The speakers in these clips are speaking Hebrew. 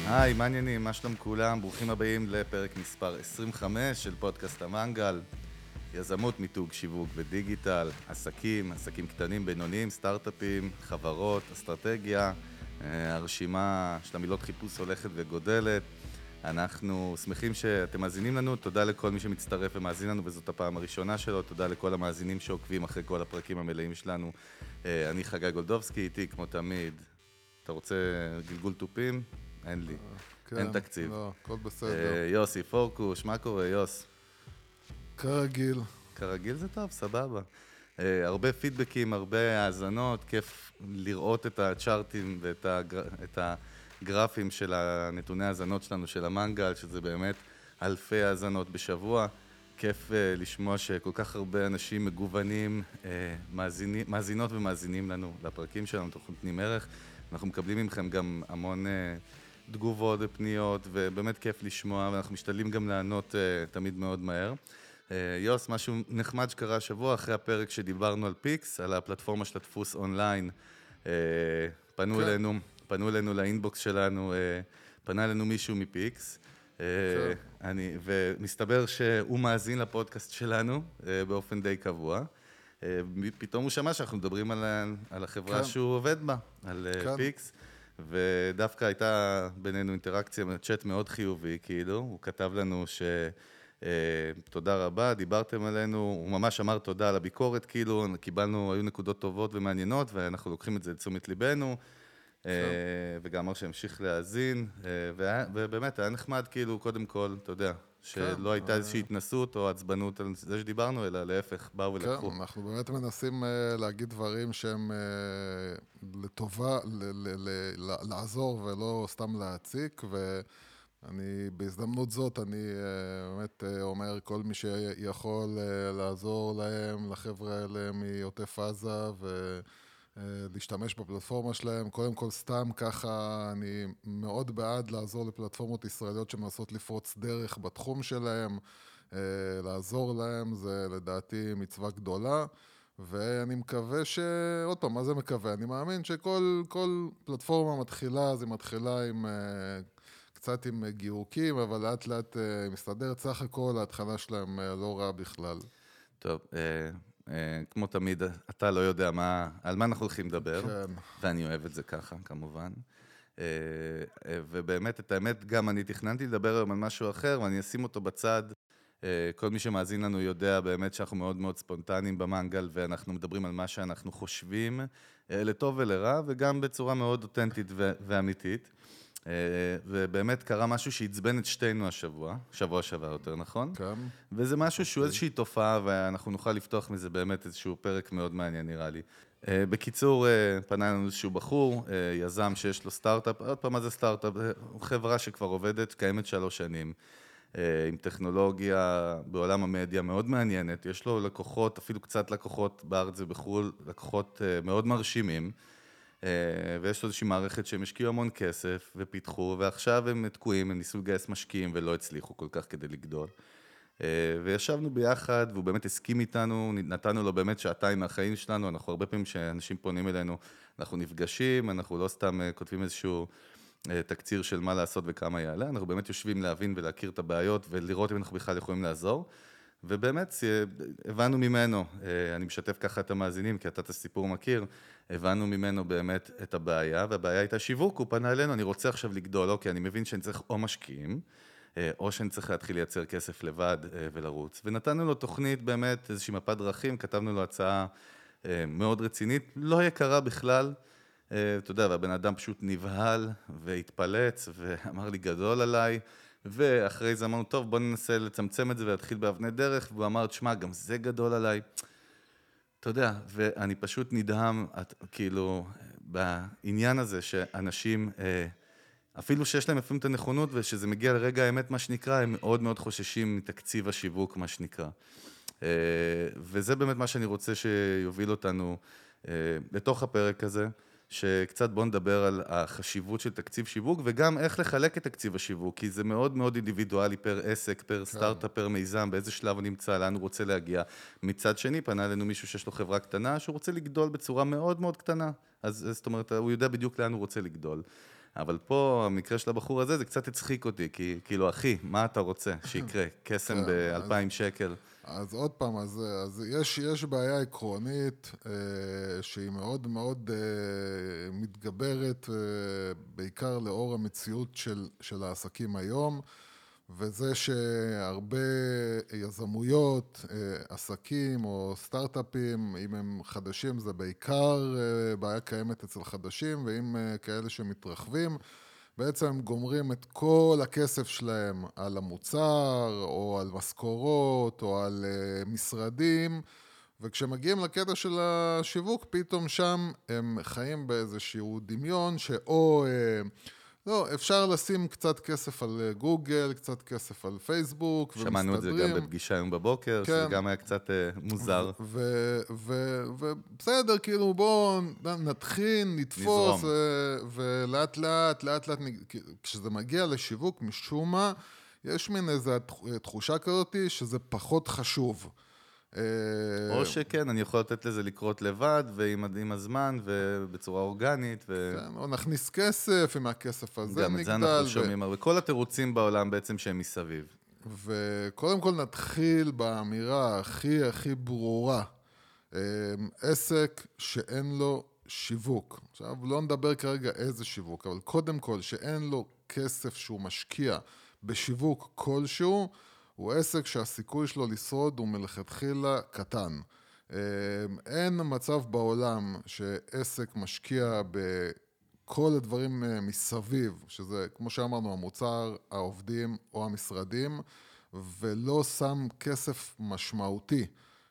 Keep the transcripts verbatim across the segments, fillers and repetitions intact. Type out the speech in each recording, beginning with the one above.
היי, מעניינים, מה שלום כולם? ברוכים הבאים לפרק מספר עשרים וחמש של פודקאסט המנגל. יזמות, מיתוג, שיווק ודיגיטל, עסקים, עסקים קטנים, בינוניים, סטארט-אפים, חברות, אסטרטגיה. הרשימה של המילות חיפוש הולכת וגודלת. אנחנו שמחים שאתם מאזינים לנו, תודה לכל מי שמצטרף ומאזין לנו, וזאת הפעם הראשונה שלו, תודה לכל המאזינים שעוקבים אחרי כל הפרקים המלאים שלנו. אני חגי גולדובסקי, איתי כמו תמיד. אתה רוצה גלגול טופים? אין לי, כן, אין תקציב. לא, הכל בסדר. יוסי פורקוש, מה קורה, יוס? כרגיל. כרגיל זה טוב, סבבה. הרבה פידבקים, הרבה האזנות, כיף לראות את הצ'ארטים ואת הגר... את הגרפים של הנתוני האזנות שלנו, של המנגל, שזה באמת אלפי האזנות בשבוע. כיף לשמוע שכל כך הרבה אנשים מגוונים, מאזינים, מאזינות ומאזינים לנו לפרקים שלנו, אנחנו נותנים ערך. אנחנו מקבלים מכם גם המון תגובות ופניות, ובאמת כיף לשמוע, ואנחנו משתדלים גם לענות תמיד מאוד מהר. יוס, משהו נחמד שקרה השבוע, אחרי הפרק שדיברנו על פיקס, על הפלטפורמה של הדפוס אונליין, פנו כן. אלינו, פנו אלינו לאינבוקס שלנו, פנה אלינו מישהו מפיקס, כן. אני, ומסתבר שהוא מאזין לפודקאסט שלנו באופן די קבוע. פתאום הוא שמע שאנחנו מדברים על, על החברה כן. שהוא עובד בה, על כן. פיקס, ודווקא הייתה בינינו אינטראקציה, צ'אט מאוד חיובי, כאילו, הוא כתב לנו ש... תודה רבה, דיברתם עלינו, הוא ממש אמר תודה על הביקורת, כאילו, קיבלנו, היו נקודות טובות ומעניינות, ואנחנו לוקחים את זה לתשומת ליבנו, וגם אמר שהמשיך להאזין, ובאמת היה נחמד, כאילו, קודם כל, אתה יודע, שלא הייתה איזושהי התנסות או עצבנות על זה שדיברנו, אלא להפך, באו ולקחו. כן, אנחנו באמת מנסים להגיד דברים שהם לטובה, לעזור ולא סתם להציק, ו... אני, בהזדמנות זאת, אני באמת אומר, כל מי שיכול לעזור להם, לחבר'ה האלה מעוטף עזה, ולהשתמש בפלטפורמה שלהם, קודם כל סתם ככה, אני מאוד בעד לעזור לפלטפורמות ישראליות שמנסות לפרוץ דרך בתחום שלהם, לעזור להם, זה לדעתי מצווה גדולה, ואני מקווה ש... עוד פעם, מה זה מקווה? אני מאמין שכל כל פלטפורמה מתחילה, אז היא מתחילה עם... קצת עם גירוקים, אבל לאט לאט מסתדרת, סך הכל ההתחלה שלהם לא רע בכלל. טוב, אה, אה, כמו תמיד, אתה לא יודע מה, על מה אנחנו הולכים לדבר, כן. ואני אוהב את זה ככה, כמובן. אה, אה, ובאמת, את האמת, גם אני תכננתי לדבר היום על משהו אחר, ואני אשים אותו בצד. אה, כל מי שמאזין לנו יודע באמת שאנחנו מאוד מאוד ספונטניים במנגל, ואנחנו מדברים על מה שאנחנו חושבים, אה, לטוב ולרע, וגם בצורה מאוד אותנטית ו- ואמיתית. ובאמת קרה משהו שהצבן את שתינו השבוע, שבוע שבוע יותר, נכון? כן. וזה משהו שהוא איזושהי תופעה, ואנחנו נוכל לפתוח מזה באמת איזשהו פרק מאוד מעניין, נראה לי. בקיצור, פנה לנו איזשהו בחור, יזם שיש לו סטארט-אפ, עוד פעם מה זה סטארט-אפ? חברה שכבר עובדת, קיימת שלוש שנים, עם טכנולוגיה בעולם המדיה מאוד מעניינת, יש לו לקוחות, אפילו קצת לקוחות בארץ ובחו"ל, לקוחות מאוד מרשימים, ויש לו איזושהי מערכת שהם השקיעו המון כסף ופיתחו, ועכשיו הם תקועים, הם ניסו לגייס משקיעים ולא הצליחו כל כך כדי לגדול. וישבנו ביחד, והוא באמת הסכים איתנו, נתנו לו באמת שעתיים מהחיים שלנו, אנחנו הרבה פעמים שאנשים פונים אלינו, אנחנו נפגשים, אנחנו לא סתם כותבים איזשהו תקציר של מה לעשות וכמה יעלה, אנחנו באמת יושבים להבין ולהכיר את הבעיות, ולראות אם אנחנו בכלל יכולים לעזור. ובאמת הבנו ממנו, אני משתף ככה את המאזינים, כי אתה את הסיפור מכיר, הבנו ממנו באמת את הבעיה, והבעיה הייתה שיווק, הוא פנה אלינו, אני רוצה עכשיו לגדול, אוקיי, אני מבין שאני צריך או משקיעים, או שאני צריך להתחיל לייצר כסף לבד ולרוץ, ונתנו לו תוכנית באמת, איזושהי מפת דרכים, כתבנו לו הצעה מאוד רצינית, לא יקרה בכלל, אתה יודע, והבן אדם פשוט נבהל והתפלץ, ואמר לי גדול עליי, ואחרי זה אמרנו, טוב, בוא ננסה לצמצם את זה ולהתחיל באבני דרך, והוא אמר, תשמע, גם זה גדול עליי. אתה יודע, ואני פשוט נדהם, כאילו, בעניין הזה שאנשים, אפילו שיש להם אפילו את הנכונות, ושזה מגיע לרגע האמת, מה שנקרא, הם מאוד מאוד חוששים מתקציב השיווק, מה שנקרא. וזה באמת מה שאני רוצה שיוביל אותנו בתוך הפרק הזה, שקצת בוא נדבר על החשיבות של תקציב שיווק, וגם איך לחלק את תקציב השיווק, כי זה מאוד מאוד אינדיבידואלי פר עסק, פר סטארט-אפ, פר מיזם, באיזה שלב הוא נמצא, לאן הוא רוצה להגיע. מצד שני, פנה אלינו מישהו שיש לו חברה קטנה, שהוא רוצה לגדול בצורה מאוד מאוד קטנה. אז זאת אומרת, הוא יודע בדיוק לאן הוא רוצה לגדול. אבל פה, המקרה של הבחור הזה, זה קצת הצחיק אותי, כי כאילו, אחי, מה אתה רוצה שיקרה? קסם ב-אלפיים שקל. אז עוד פעם, אז, אז יש, יש בעיה עקרונית אה, שהיא מאוד מאוד אה, מתגברת, אה, בעיקר לאור המציאות של, של העסקים היום, וזה שהרבה יזמויות, אה, עסקים או סטארט-אפים, אם הם חדשים, זה בעיקר אה, בעיה קיימת אצל חדשים, ואם אה, כאלה שמתרחבים, בעצם הם גומרים את כל הכסף שלהם על המוצר, או על משכורות, או על uh, משרדים, וכשמגיעים לקטע של השיווק, פתאום שם הם חיים באיזשהו דמיון, שאו, uh, לא, אפשר לשים קצת כסף על גוגל, קצת כסף על פייסבוק, שמענו ומסתדרים. את זה גם בפגישה היום בבוקר, כן. שזה גם היה קצת uh, מוזר. ובסדר, כאילו בואו נתחיל, נתפוס, ולאט לאט, לאט לאט, כשזה מגיע לשיווק, משום מה, יש מין איזו תחושה כזאת שזה פחות חשוב. או שכן, אני יכול לתת לזה לקרות לבד, ועם הזמן, ובצורה אורגנית. ו... כן, או נכניס כסף, אם הכסף הזה גם נגדל. את זה אנחנו שומעים, ו... וכל התירוצים בעולם בעצם שהם מסביב. וקודם כל נתחיל באמירה הכי הכי ברורה, עסק שאין לו שיווק. עכשיו לא נדבר כרגע איזה שיווק, אבל קודם כל שאין לו כסף שהוא משקיע בשיווק כלשהו, הוא עסק שהסיכוי שלו לשרוד הוא מלכתחילה קטן. אין מצב בעולם שעסק משקיע בכל הדברים מסביב, שזה כמו שאמרנו המוצר, העובדים או המשרדים, ולא שם כסף משמעותי,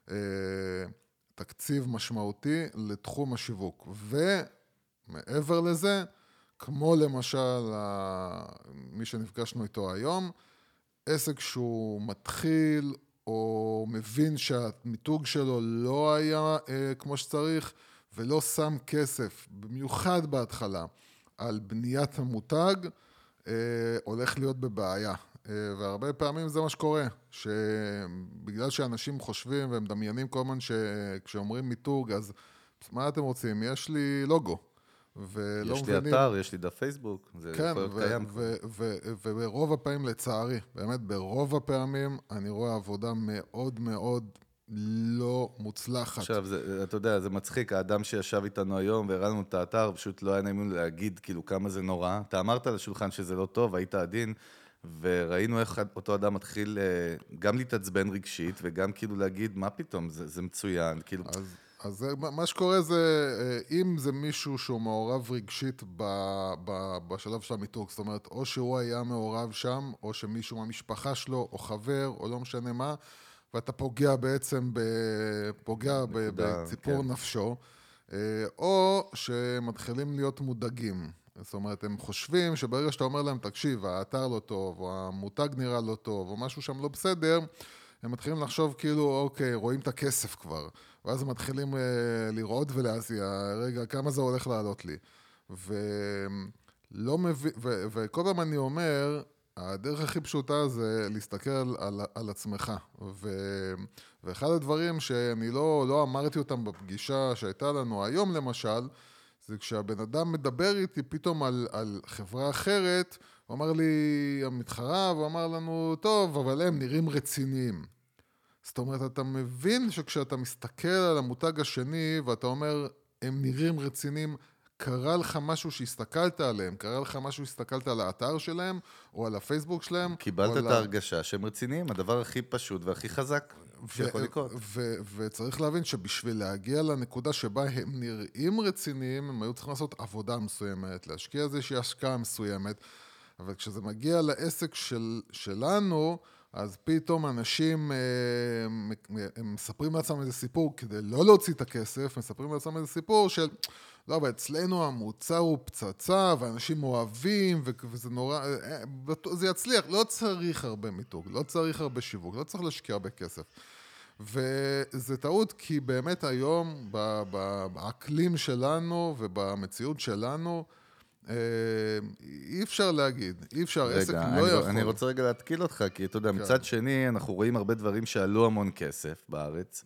תקציב משמעותי לתחום השיווק. ומעבר לזה, כמו למשל מי שנפגשנו איתו היום, עסק שהוא מתחיל או מבין שהמיתוג שלו לא היה אה, כמו שצריך ולא שם כסף, במיוחד בהתחלה, על בניית המותג, אה, הולך להיות בבעיה. אה, והרבה פעמים זה מה שקורה, שבגלל שאנשים חושבים והם דמיינים כל הזמן שכשאומרים מיתוג, אז מה אתם רוצים? יש לי לוגו. יש לי אתר, יש לי דף פייסבוק, זה כן, יכול להיות קיים. וברוב הפעמים לצערי, באמת ברוב הפעמים אני רואה עבודה מאוד מאוד לא מוצלחת. עכשיו, זה, אתה יודע, זה מצחיק, האדם שישב איתנו היום והראינו את האתר, פשוט לא היה נעים להגיד כאילו כמה זה נורא. אתה אמרת על השולחן שזה לא טוב, היית עדין, וראינו איך אותו אדם מתחיל גם להתעצבן רגשית, וגם כאילו להגיד, מה פתאום, זה, זה מצוין, כאילו... אז... אז מה שקורה זה, אם זה מישהו שהוא מעורב רגשית ב, ב, בשלב של המיתוג, זאת אומרת, או שהוא היה מעורב שם, או שמישהו מהמשפחה שלו, או חבר, או לא משנה מה, ואתה פוגע בעצם, פוגע בציפור כן. נפשו, או שמתחילים להיות מודאגים. זאת אומרת, הם חושבים שברגע שאתה אומר להם, תקשיב, האתר לא טוב, או המותג נראה לא טוב, או משהו שם לא בסדר, הם מתחילים לחשוב כאילו, אוקיי, רואים את הכסף כבר. ואז הם מתחילים אה, לראות ולהזיע, רגע, כמה זה הולך לעלות לי. ולא מבין, ו, וכל פעם אני אומר, הדרך הכי פשוטה זה להסתכל על, על עצמך. ו, ואחד הדברים שאני לא, לא אמרתי אותם בפגישה שהייתה לנו היום למשל, זה כשהבן אדם מדבר איתי פתאום על, על חברה אחרת, הוא אמר לי, המתחרה, הוא אמר לנו, טוב, אבל הם נראים רציניים. זאת אומרת, אתה מבין שכשאתה מסתכל על המותג השני, ואתה אומר, הם נראים רציניים, קרה לך משהו שהסתכלת עליהם, קרה לך משהו שהסתכלת על האתר שלהם, או על הפייסבוק שלהם. קיבלת את ההרגשה שהם רציניים, הדבר הכי פשוט והכי חזק שיכול לקרות. וצריך להבין שבשביל להגיע לנקודה שבה הם נראים רציניים, הם היו צריכים לעשות עבודה מסוימת, להשקיע איזושהי השקעה מסוימת, אבל כשזה מגיע לעסק של, שלנו, אז פתאום אנשים הם מספרים לעצמם איזה סיפור, כדי לא להוציא את הכסף, מספרים לעצמם איזה סיפור של, לא, אבל אצלנו המוצר הוא פצצה, ואנשים אוהבים, וזה נורא, זה יצליח, לא צריך הרבה מיתוג, לא צריך הרבה שיווק, לא צריך להשקיע הרבה כסף. וזה טעות, כי באמת היום, באקלים שלנו ובמציאות שלנו, אי אפשר להגיד, אי אפשר, עסק לא יכול. אני רוצה רגע להתקיל אותך, כי אתה יודע, מצד שני, אנחנו רואים הרבה דברים שעלו המון כסף בארץ,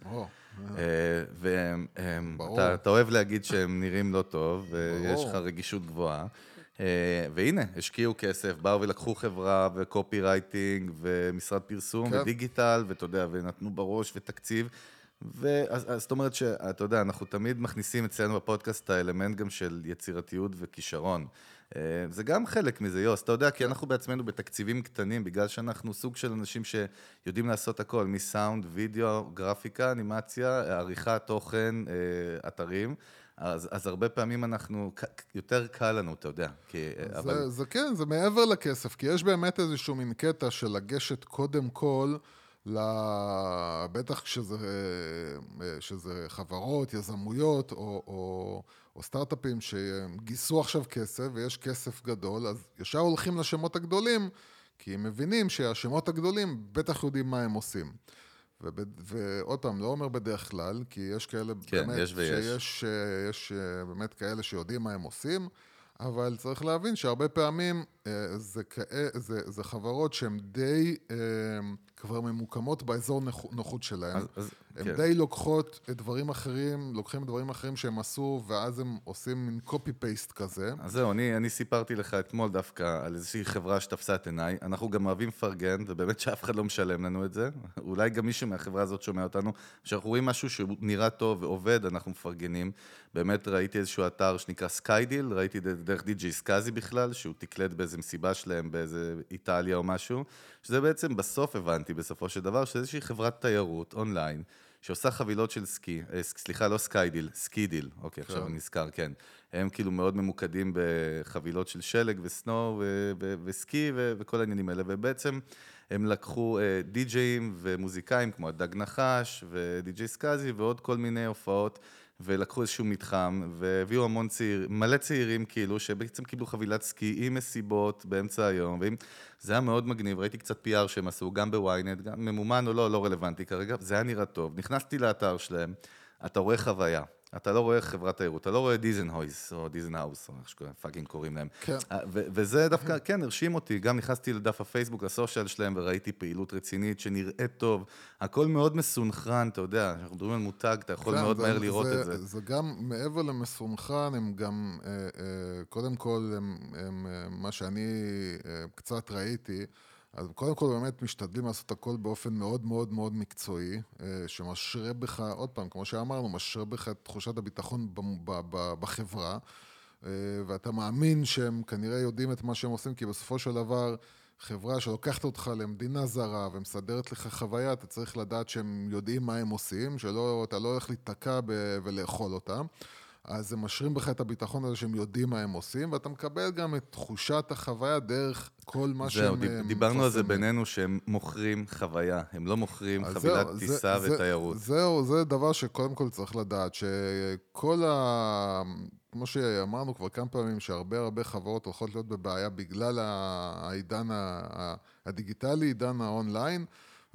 ואתה אוהב להגיד שהם נראים לא טוב, ויש לך רגישות גבוהה, והנה, השקיעו כסף, באו ולקחו חברה וקופי רייטינג ומשרד פרסום ודיגיטל, ואתה יודע, ונתנו בראש ותקציב, וזאת אומרת שאתה יודע, אנחנו תמיד מכניסים אצלנו בפודקאסט האלמנט גם של יצירתיות וכישרון. זה גם חלק מזה, יוס, אתה יודע, כי אנחנו בעצמנו בתקציבים קטנים, בגלל שאנחנו סוג של אנשים שיודעים לעשות הכל, מסאונד, וידאו, גרפיקה, אנימציה, עריכה, תוכן, אתרים, אז, אז הרבה פעמים אנחנו, יותר קל לנו, אתה יודע. כי, זה, אבל... זה כן, זה מעבר לכסף, כי יש באמת איזשהו מין קטע של לגשת קודם כל, בטח כשזה, שזה חברות, יזמויות או, או, או סטארט-אפים שגיסו עכשיו כסף ויש כסף גדול, אז ישר הולכים לשמות הגדולים, כי הם מבינים שהשמות הגדולים בטח יודעים מה הם עושים. ועוד פעם, לא אומר בדרך כלל, כי יש כאלה כן, באמת, יש ויש. שיש יש באמת כאלה שיודעים מה הם עושים, אבל צריך להבין שהרבה פעמים זה, זה, זה חברות שהן די כבר ממוקמות באזור נוחות שלהם. אז, אז, הן כן. די לוקחות את דברים אחרים, לוקחים דברים אחרים שהם עשו, ואז הם עושים מין קופי-פייסט כזה. אז זהו, אני, אני סיפרתי לך אתמול דווקא על איזושהי חברה שתפסה את עיניי. אנחנו גם אוהבים פרגן, ובאמת שאף אחד לא משלם לנו את זה. אולי גם מישהו מהחברה הזאת שומע אותנו. כשאנחנו רואים משהו שהוא נראה טוב ועובד, אנחנו מפרגנים. באמת ראיתי איזשהו אתר שנקרא סקיידיל, ראיתי דרך די-ג'יי סקאזי בכלל, שהוא תקלט באיזה מסיבה שלהם, באיזה איטליה או משהו, שזה בעצם בסוף הבנתי, בסופו של דבר, שזה איזושהי חברת תיירות אונליין, שעושה חבילות של סקי, סליחה, לא סקיידיל, סקידיל, אוקיי, עכשיו אני נזכר, כן. הם כאילו מאוד ממוקדים בחבילות של שלג וסנור וסקי וכל העניינים האלה, ובעצם הם לקחו די-ג'יים ומוזיקאים כמו דג נחש ודי-ג'יי סקאזי ועוד כל מיני הופעות, ולקחו איזשהו מתחם, והביאו המון צעיר, מלא צעירים כאילו, שבעצם קיבלו חבילת סקי עם מסיבות באמצע היום, וזה היה מאוד מגניב, ראיתי קצת פי אר שהם עשו, גם בוויינט, גם ממומן או לא, לא רלוונטי כרגע, זה היה נראה טוב. נכנסתי לאתר שלהם, אתה רואה חוויה, אתה לא רואה חברת תיירות, אתה לא רואה דיזנהויס או דיזנהאוס, או איך שפאקינג קוראים להם. כן. וזה דווקא, כן, הרשים אותי, גם נכנסתי לדף הפייסבוק, לסושיאל שלהם, וראיתי פעילות רצינית שנראית טוב, הכל מאוד מסונכרן, אתה יודע, אנחנו מדברים על מותג, אתה יכול מאוד מהר לראות את זה. זה גם מעבר למסונכרן, הם גם, קודם כל, הם, מה שאני קצת ראיתי, אז קודם כל באמת משתדלים לעשות הכל באופן מאוד מאוד מאוד מקצועי, שמשרה בך, עוד פעם, כמו שאמרנו, משרה בך את תחושת הביטחון בחברה, ואתה מאמין שהם כנראה יודעים את מה שהם עושים, כי בסופו של דבר, חברה שלוקחת אותך למדינה זרה ומסדרת לך חוויה, אתה צריך לדעת שהם יודעים מה הם עושים, שאתה לא הולך להתקע ולאכול אותם. אז הם משרים בך את הביטחון הזה שהם יודעים מה הם עושים, ואתה מקבל גם את תחושת החוויה דרך כל מה שהם מפרסמים. זהו, דיברנו על זה בינינו שהם מוכרים חוויה, הם לא מוכרים חבילת טיסה ותיירות. זהו, זה דבר שקודם כל צריך לדעת, שכל ה... כמו שאמרנו כבר כמה פעמים, שהרבה הרבה חברות הולכות להיות בבעיה בגלל העידן הדיגיטלי, עידן האונליין,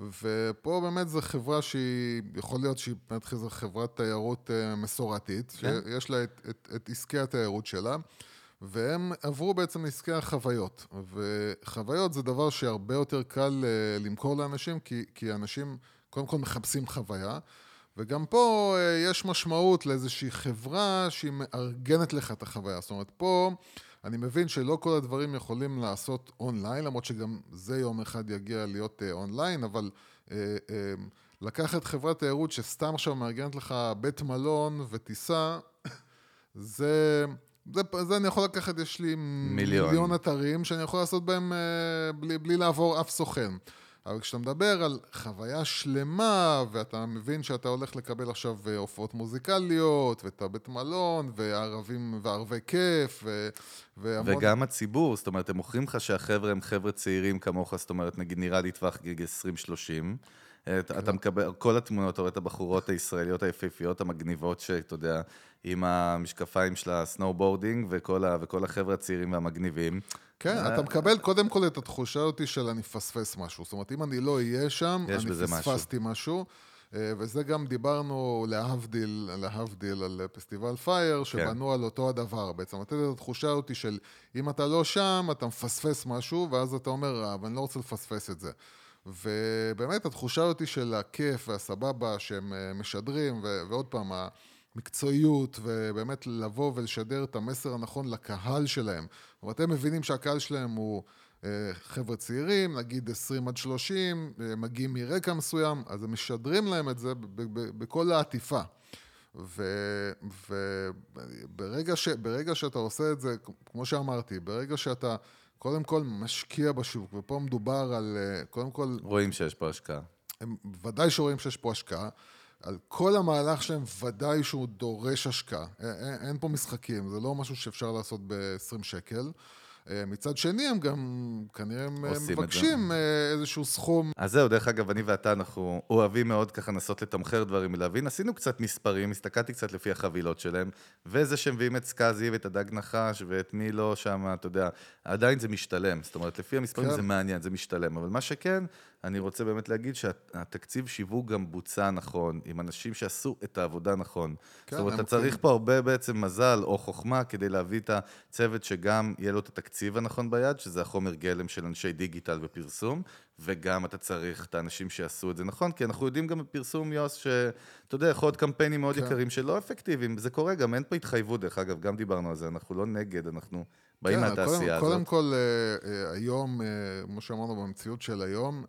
ופה באמת זו חברה שהיא, יכול להיות שהיא באמת חברת תיירות מסורתית, שיש לה את, את, את עסקי התיירות שלה, והם עברו בעצם לעסקי החוויות, וחוויות זה דבר שהרבה יותר קל למכור לאנשים, כי, כי אנשים קודם כל מחפשים חוויה, וגם פה יש משמעות לאיזושהי חברה שהיא מארגנת לך את החוויה, זאת אומרת פה אני מבין שלא כל הדברים יכולים לעשות אונליין, למרות שגם זה יום אחד יגיע להיות אונליין, אבל אה, אה, לקחת חברת תיירות שסתם עכשיו מארגנת לך בית מלון וטיסה, זה, זה, זה אני יכול לקחת, יש לי מיליון, מיליון אתרים שאני יכול לעשות בהם אה, בלי, בלי לעבור אף סוכן. אבל כשאתה מדבר על חוויה שלמה, ואתה מבין שאתה הולך לקבל עכשיו הופעות מוזיקליות, ואת הבית מלון, וערבים וערבי כיף, ו... והמון... וגם הציבור, זאת אומרת, הם מוכרים לך שהחבר'ה הם חבר'ה צעירים כמוך, זאת אומרת, נגיד נראה לי טווח גיג עשרים שלושים, אתה מקבל, כל התמונות, אתה רואה את הבחורות הישראליות היפהפיות, המגניבות שאתה יודע, עם המשקפיים של הסנואובורדינג, וכל, ה... וכל החבר'ה הצעירים והמגניבים. כן, אתה מקבל קודם כל את התחושה אותי של אני פספס משהו. זאת אומרת, אם אני לא אהיה שם, אני פספסתי משהו. וזה גם דיברנו להבדיל, להבדיל על פסטיבל פייר, שבנו על אותו הדבר. בעצם, אתה יודע, התחושה אותי של אם אתה לא שם, אתה מפספס משהו, ואז אתה אומר, אבל אני לא רוצה לפספס את זה. ובאמת, התחושה אותי של הכיף והסבבה שהם משדרים, ועוד פעם, מקצועיות, ובאמת לבוא ולשדר את המסר הנכון לקהל שלהם. אבל אתם מבינים שהקהל שלהם הוא חבר'ה צעירים, נגיד עשרים עד שלושים, מגיעים מרקע מסוים, אז הם משדרים להם את זה בכל העטיפה. וברגע ש, ברגע שאתה עושה את זה, כמו שאמרתי, ברגע שאתה קודם כל משקיע בשוק, ופה מדובר על, קודם כל... רואים שיש פה השקעה. הם ודאי שרואים שיש פה השקעה, על כל המהלך שלהם ודאי שהוא דורש השקעה. אין, אין פה משחקים, זה לא משהו שאפשר לעשות ב-עשרים שקל. מצד שני הם גם כנראה מבקשים איזשהו סכום. אז זהו, דרך אגב, אני ואתה אנחנו אוהבים מאוד ככה לנסות לתמחר דברים ולהבין. עשינו קצת מספרים, הסתכלתי קצת לפי החבילות שלהם, וזה שמביאים את סקאזי ואת הדג נחש ואת מי לא שם, אתה יודע, עדיין זה משתלם. זאת אומרת, לפי המספרים זה מעניין, זה משתלם. אבל מה שכן, אני רוצה באמת להגיד שהתקציב שיווק גם בוצע נכון, עם אנשים שעשו את העבודה נכון. זאת אומרת, אתה צריך פה הרבה בעצם מזל או חוכמה כדי להביא את הצוות שגם יהיה לו את התקציב הנכון ביד, שזה החומר גלם של אנשי דיגיטל ופרסום, וגם אתה צריך את האנשים שיעשו את זה נכון, כי אנחנו יודעים גם בפרסום, יוס, שאתה יודע, יכול להיות קמפיינים מאוד יקרים שלא אפקטיביים, זה קורה גם, אין פה התחייבות, דרך אגב, גם דיברנו על זה, אנחנו לא נגד, אנחנו באים מהתעשייה הזאת. קודם כל, היום, כמו שאמרנו במציאות של היום,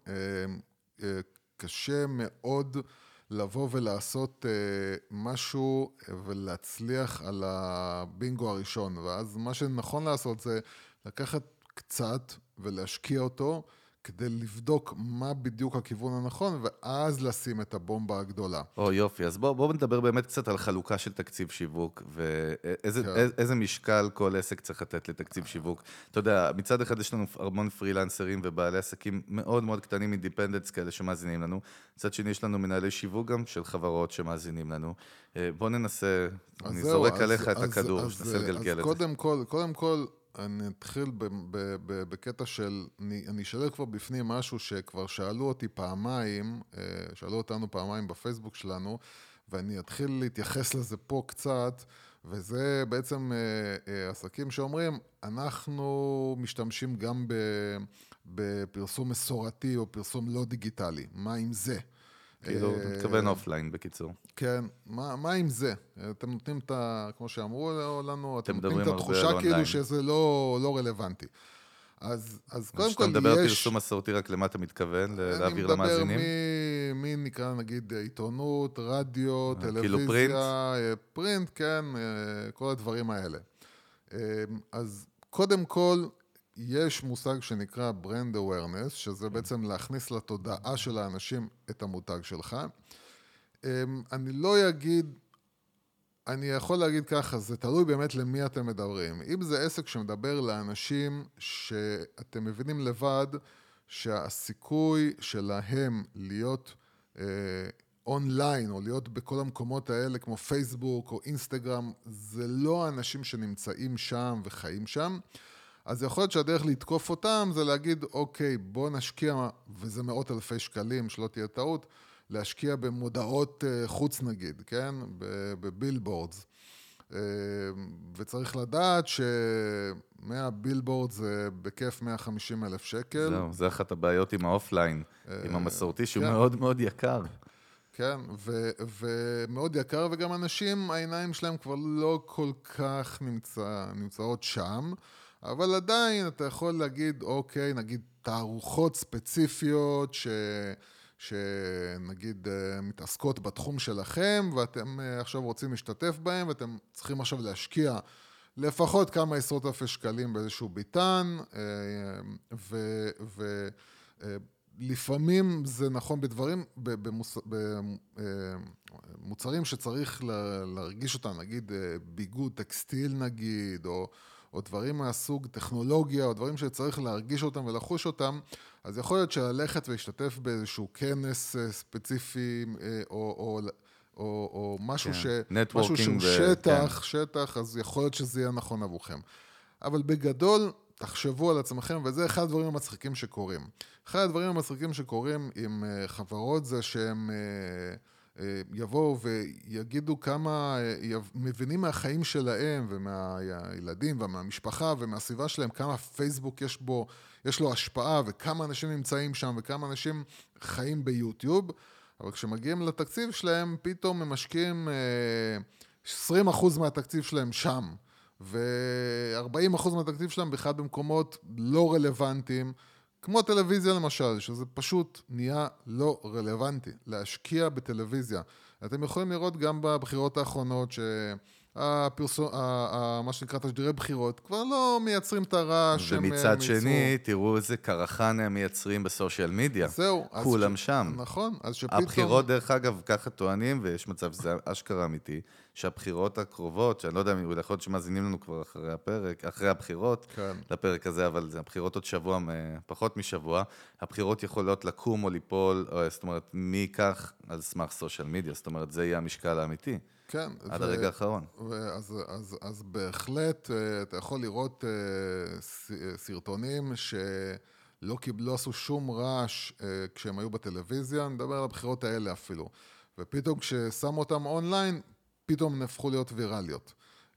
קשה מאוד לבוא ולעשות משהו ולהצליח על הבינגו הראשון, ואז מה שנכון לעשות זה לקחת קצת ולהשקיע אותו, כדי לבדוק מה בדיוק הכיוון הנכון, ואז לשים את הבומבה הגדולה. או יופי, אז בואו בוא נדבר באמת קצת על חלוקה של תקציב שיווק, ואיזה כן. איזה משקל כל עסק צריך לתת לתקציב שיווק. אתה יודע, מצד אחד יש לנו המון פרילנסרים ובעלי עסקים מאוד מאוד קטנים, אינדיפנדנטס כאלה שמאזינים לנו. מצד שני יש לנו מנהלי שיווק גם של חברות שמאזינים לנו. בואו ננסה, אני זהו, זורק אז, עליך אז, את הכדור, אז, ננסה לגלגל את זה. קודם כל, קודם כל, אני אתחיל בקטע של, אני אשאל כבר בפנים משהו שכבר שאלו אותי פעמיים, שאלו אותנו פעמיים בפייסבוק שלנו, ואני אתחיל להתייחס לזה פה קצת, וזה בעצם עסקים שאומרים, אנחנו משתמשים גם בפרסום מסורתי או פרסום לא דיגיטלי, מה עם זה? כאילו, אתה מתכוון אופליין, בקיצור. כן, מה, מה עם זה? אתם נותנים את ה... כמו שאמרו לנו, אתם נותנים את התחושה כאילו שזה לא, לא רלוונטי. אז, אז קודם כל יש... כשאתה מדבר על פרסום מסורתי, רק למה אתה מתכוון? להעביר למאזינים? אני מדבר מי נקרא, נגיד, עיתונות, רדיו, טלוויזיה, כאילו פרינט? פרינט, כן, כל הדברים האלה. אז קודם כל, יש מושג שנקרא brand awareness, שזה בעצם להכניס לתודעה של האנשים את המותג שלך. אני לא אגיד, אני יכול להגיד ככה, זה תלוי באמת למי אתם מדברים. אם זה עסק שמדבר לאנשים שאתם מבינים לבד שהסיכוי שלהם להיות אונליין או להיות בכל המקומות האלה כמו פייסבוק או אינסטגרם, זה לא האנשים שנמצאים שם וחיים שם, אז יכול להיות שהדרך לתקוף אותם זה להגיד, אוקיי, בוא נשקיע, וזה מאות אלפי שקלים, שלא תהיה טעות, להשקיע במודעות חוץ נגיד, כן? בבילבורדס. וצריך לדעת שמאה בילבורד זה בכיף מאה וחמישים אלף שקל. זהו, זה אחת הבעיות עם האופליין, עם המסורתי, שהוא מאוד מאוד יקר. כן, ו- ומאוד יקר, וגם אנשים, העיניים שלהם כבר לא כל כך נמצא, נמצאות שם, אבל עדיין אתה יכול להגיד, אוקיי, נגיד תערוכות ספציפיות ש... שנגיד מתעסקות בתחום שלכם, ואתם עכשיו רוצים להשתתף בהם, ואתם צריכים עכשיו להשקיע לפחות כמה עשרות אלפי שקלים באיזשהו ביטן, ולפעמים זה נכון בדברים, במוצרים שצריך להרגיש אותם, נגיד ביגוד, טקסטיל נגיד, או... או דברים מהסוג טכנולוגיה, או דברים שצריך להרגיש אותם ולחוש אותם, אז יכול להיות שללכת ולהשתתף באיזשהו כנס ספציפי, או, או, או, או משהו, ש... משהו שהוא שטח, שטח, אז יכול להיות שזה יהיה נכון עבורכם. אבל בגדול, תחשבו על עצמכם, וזה אחד הדברים המצחיקים שקורים. אחד הדברים המצחיקים שקורים עם חברות זה שהם... יבואו ויגידו כמה, מבינים מהחיים שלהם ומהילדים ומהמשפחה ומהסביבה שלהם, כמה פייסבוק יש בו, יש לו השפעה וכמה אנשים נמצאים שם וכמה אנשים חיים ביוטיוב, אבל כשמגיעים לתקציב שלהם, פתאום הם משקיעים עשרים אחוז מהתקציב שלהם שם, ו-ארבעים אחוז מהתקציב שלהם בכלל במקומות לא רלוונטיים, כמו טלוויזיה למשל, שזה פשוט נהיה לא רלוונטי, להשקיע בטלוויזיה. אתם יכולים לראות גם בבחירות האחרונות שהפרסום, מה שנקרא תשדירי בחירות, כבר לא מייצרים את הרעש שהם ומצד שני, תראו איזה קרחן הם מייצרים בסושיאל מדיה. זהו. כולם שם. נכון, אז שפתאום... הבחירות, דרך אגב, ככה טוענים, ויש מצב שזה אשכרה אמיתי, שהבחירות הקרובות, שאני לא יודע, אולי יכול להיות שמאזינים לנו כבר אחרי הפרק, אחרי הבחירות, כן. לפרק הזה, אבל זה הבחירות עוד שבוע, פחות משבוע, הבחירות יכולות לקום או ליפול, או, זאת אומרת, מי ייקח על סמך סושיאל מדיה, זאת אומרת, זה יהיה המשקל האמיתי. כן. עד ו... הרגע האחרון. אז, אז, אז בהחלט, אתה יכול לראות סרטונים שלא קיבלו, עשו שום רעש כשהם היו בטלוויזיה, אני מדבר על הבחירות האלה אפילו. ופתאום כששמו אותם אונליין, פתאום הם הפכו להיות ויראליות.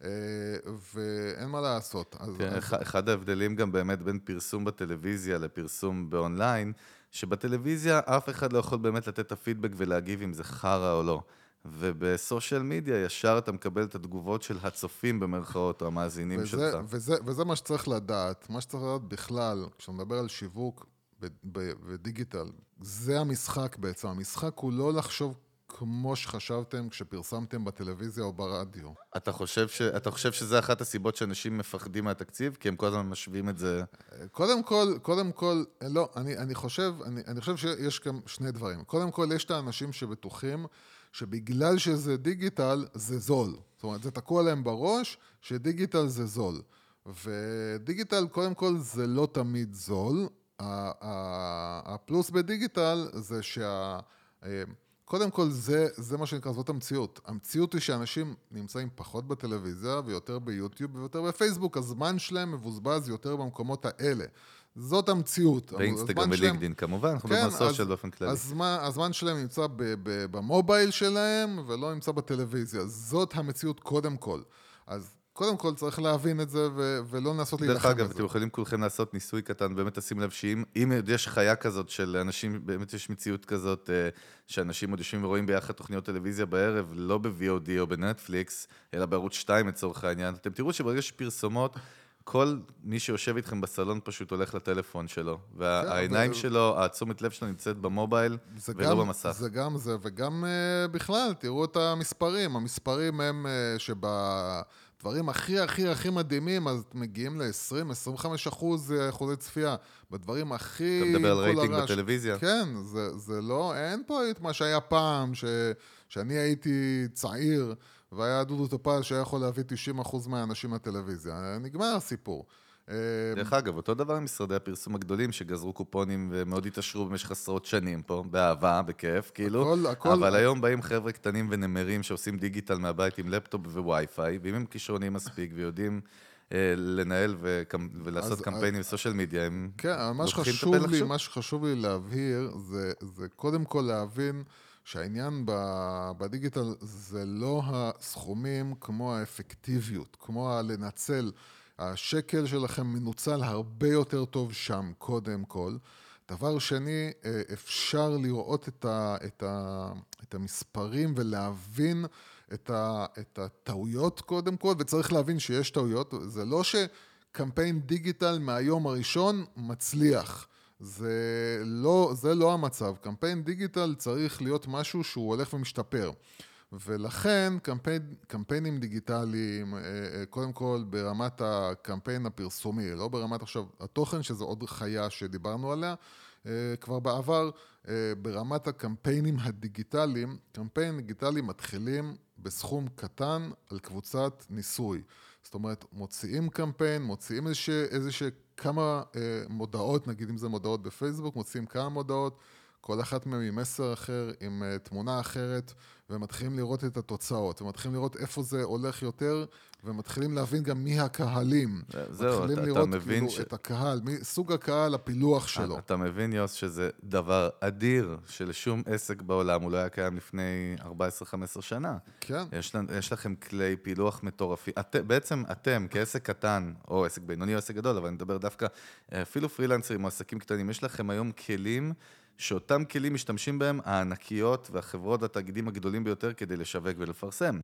ואין מה לעשות. כן, אז... אחד ההבדלים גם באמת בין פרסום בטלוויזיה לפרסום באונליין, שבטלוויזיה אף אחד לא יכול באמת לתת את הפידבק ולהגיב אם זה חרה או לא. ובסושיאל מדיה ישר אתה מקבל את התגובות של הצופים במרכאות, או המאזינים וזה, שלך. וזה, וזה מה שצריך לדעת, מה שצריך לדעת בכלל, כשאתה מדבר על שיווק ודיגיטל, זה המשחק בעצם. המשחק הוא לא לחשוב כמו שחשבתם כשפרסמתם בטלוויזיה או ברדיו. אתה חושב ש... אתה חושב שזה אחת הסיבות שאנשים מפחדים מהתקציב? כי הם כל הזמן משווים את זה... קודם כל, קודם כל, לא, אני, אני חושב, אני, אני חושב שיש כאן שני דברים. קודם כל, יש את האנשים שבטוחים שבגלל שזה דיגיטל, זה זול. זאת אומרת, זה תקוע להם בראש שדיגיטל זה זול. ודיגיטל, קודם כל, זה לא תמיד זול. הפלוס בדיגיטל זה שה... קודם כל, זה, זה מה שנקרא, זאת המציאות. המציאות היא שאנשים נמצאים פחות בטלוויזיה ויותר ביוטיוב ויותר בפייסבוק. הזמן שלהם מבוזבז יותר במקומות האלה. זאת המציאות. באינסטגרם ולינקדין כמובן, אנחנו מדברים על סושיאל באופן כללי. הזמן, הזמן שלהם נמצא ב, ב, במובייל שלהם ולא נמצא בטלוויזיה. זאת המציאות קודם כל. אז קודם כל צריך להבין את זה ו- ולא לנסות להילחם בזה. דרך אגב, אתם יכולים כולכם לעשות ניסוי קטן, באמת תשים לב שאם אם יש חיה כזאת של אנשים, באמת יש מציאות כזאת, שאנשים עוד יושבים ורואים ביחד תוכניות טלוויזיה בערב, לא ב-וי או די או בנטפליקס, אלא בערוץ שתיים לצורך העניין, אתם תראו שברגע שפרסומות, כל מי שיושב איתכם בסלון פשוט הולך לטלפון שלו, והעיניים שלו, התשומת לב שלו נמצאת במובייל ולא במסך. זה גם זה, וגם בכלל, תראו את המספרים, המספרים הם שבדברים הכי הכי הכי מדהימים, אז מגיעים ל-עשרים עד עשרים וחמישה אחוז אחוזי צפייה, בדברים הכי... אתה מדבר על רייטינג בטלוויזיה? כן, זה לא, אין פה את מה שהיה פעם, שאני הייתי צעיר, והיה דודו טופז שהיה יכול להביא תשעים אחוז מהאנשים לטלוויזיה. נגמר הסיפור. דרך אגב, אותו דבר עם משרדי הפרסום הגדולים שגזרו קופונים ומאוד התעשרו במשך עשרות שנים פה, באהבה, בכיף, כאילו. הכל, הכל, אבל היום באים חבר'ה קטנים ונמרים שעושים דיגיטל מהבית עם לפטופ ווי-פיי, ואם הם כישרונים מספיק ויודעים לנהל ולעשות קמפיינים בסושיאל מדיה, הם לוקחים את הפלח שוב. מה שחשוב לי להבהיר, זה קודם כל להבין שהעניין בדיגיטל זה לא הסכומים כמו האפקטיביות, כמו לנצל. השקל שלכם מנוצל הרבה יותר טוב שם, קודם כל. דבר שני, אפשר לראות את, ה, את, ה, את המספרים ולהבין את, ה, את הטעויות קודם כל, וצריך להבין שיש טעויות. זה לא שקמפיין דיגיטל מהיום הראשון מצליח. זה לא, זה לא המצב. קמפיין דיגיטל צריך להיות משהו שהוא הולך ומשתפר. ולכן קמפיין, קמפיינים דיגיטליים, קודם כל ברמת הקמפיין הפרסומי, לא ברמת עכשיו התוכן, שזה עוד חיה שדיברנו עליה, כבר בעבר, ברמת הקמפיינים הדיגיטליים, קמפיין דיגיטליים מתחילים בסכום קטן על קבוצת ניסוי. זאת אומרת, מוציאים קמפיין, מוציאים איזה, איזה כמה מודעות, נגיד אם זה מודעות בפייסבוק, מוציאים כמה מודעות, כל אחת מהם עם מסר אחר, עם תמונה אחרת, ומתחילים לראות את התוצאות, ומתחילים לראות איפה זה הולך יותר, ומתחילים להבין גם מי הקהלים. זהו, מתחילים אתה, לראות אתה מבין כאילו ש... את הקהל, מי, סוג הקהל, הפילוח שלו. אתה מבין, יוס, שזה דבר אדיר, שלשום עסק בעולם, הוא לא היה קיים לפני ארבע עשרה חמש עשרה שנה. כן. יש, יש לכם כלי פילוח מטורפי. את, בעצם אתם, כעסק קטן, או עסק בינוני או עסק גדול, אבל אני מדבר דווקא, אפילו פרילנסרים או עסקים קטנים, יש לכם היום כלים, שאותם כלים משתמשים בהם הענקיות והחברות והתאגידים הגדולים ביותר כדי לשווק ולפרסם.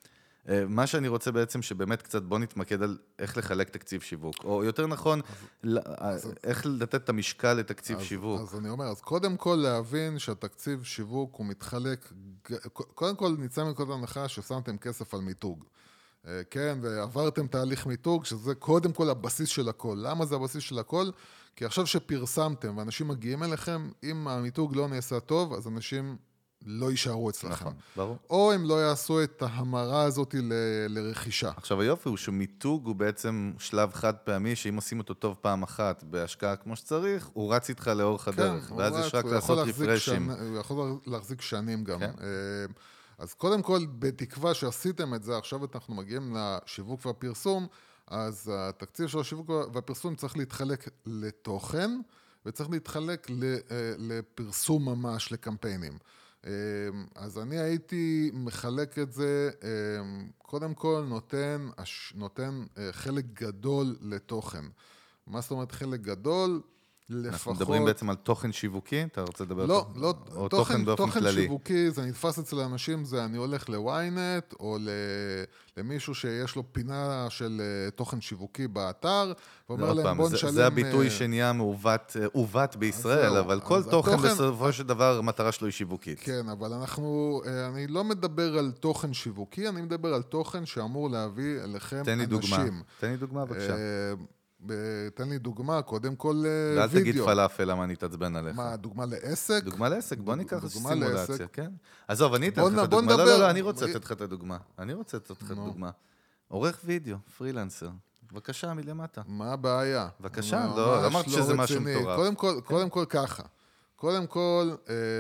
מה שאני רוצה בעצם שבאמת קצת בוא נתמקד על איך לחלק תקציב שיווק, או יותר נכון, איך לתת את המשקל לתקציב שיווק. אז אני אומר, אז קודם כל להבין שהתקציב שיווק הוא מתחלק, קודם כל נצא מנקודת הנחה ששמתם כסף על מיתוג. כן, ועברתם תהליך מיתוג, שזה קודם כל הבסיס של הכל. למה זה הבסיס של הכל? כי עכשיו שפרסמתם ואנשים מגיעים אליכם, אם המיתוג לא נעשה טוב, אז אנשים לא יישארו אצלכם. נכון, ברור. או הם לא יעשו את ההמרה הזאת ל- לרכישה. עכשיו היופי הוא שמיתוג הוא בעצם שלב חד פעמי, שאם עושים אותו טוב פעם אחת בהשקעה כמו שצריך, הוא רץ איתך לאורך הדרך, ואז יש רק לעשות רפרשים. הוא יכול להחזיק שנים גם. כן. אז קודם כל, בתקווה שעשיתם את זה, עכשיו אנחנו מגיעים לשיווק והפרסום, אז התקציב של השיווק והפרסום צריך להתחלק לתוכן, וצריך להתחלק לפרסום ממש, לקמפיינים. אז אני הייתי מחלק את זה, קודם כל נותן, נותן חלק גדול לתוכן. מה זאת אומרת חלק גדול? לפחות... אנחנו מדברים בעצם על תוכן שיווקי? אתה רוצה לדבר? לא, על... לא, או תוכן, תוכן באופן תוכן כללי? שיווקי, זה נתפס אצל האנשים, זה אני הולך לוויינט, או למישהו שיש לו פינה של תוכן שיווקי באתר, ואומר להם בוא נשלם... זה הביטוי שנהיה מעוות בישראל, אבל כל תוכן בסופו של דבר, המטרה שלו היא שיווקית. כן, אבל אנחנו, אני לא מדבר על תוכן שיווקי, אני מדבר על תוכן שאמור להביא אליכם אנשים. תן לי דוגמה, תן לי דוגמה בבקשה. תן לי דוגמה, קודם כל וידאו. ואל תגיד פלאפל, למה אני תעצבן עליך. מה, דוגמה לעסק? דוגמה לעסק, בוא ניקח דוגמה סימולציה, לעסק. כן? עזוב, אני אתן לך את הדוגמה. לא, לא, לא, אני רוצה לתת לך את הדוגמה. אני רוצה לתת לך את הדוגמה. עורך וידאו, פרילנסר. בבקשה, מלמטה. מה הבעיה? בבקשה, לא, אמרת שזה משהו מטורף. קודם כל, קודם כל ככה. קודם כל,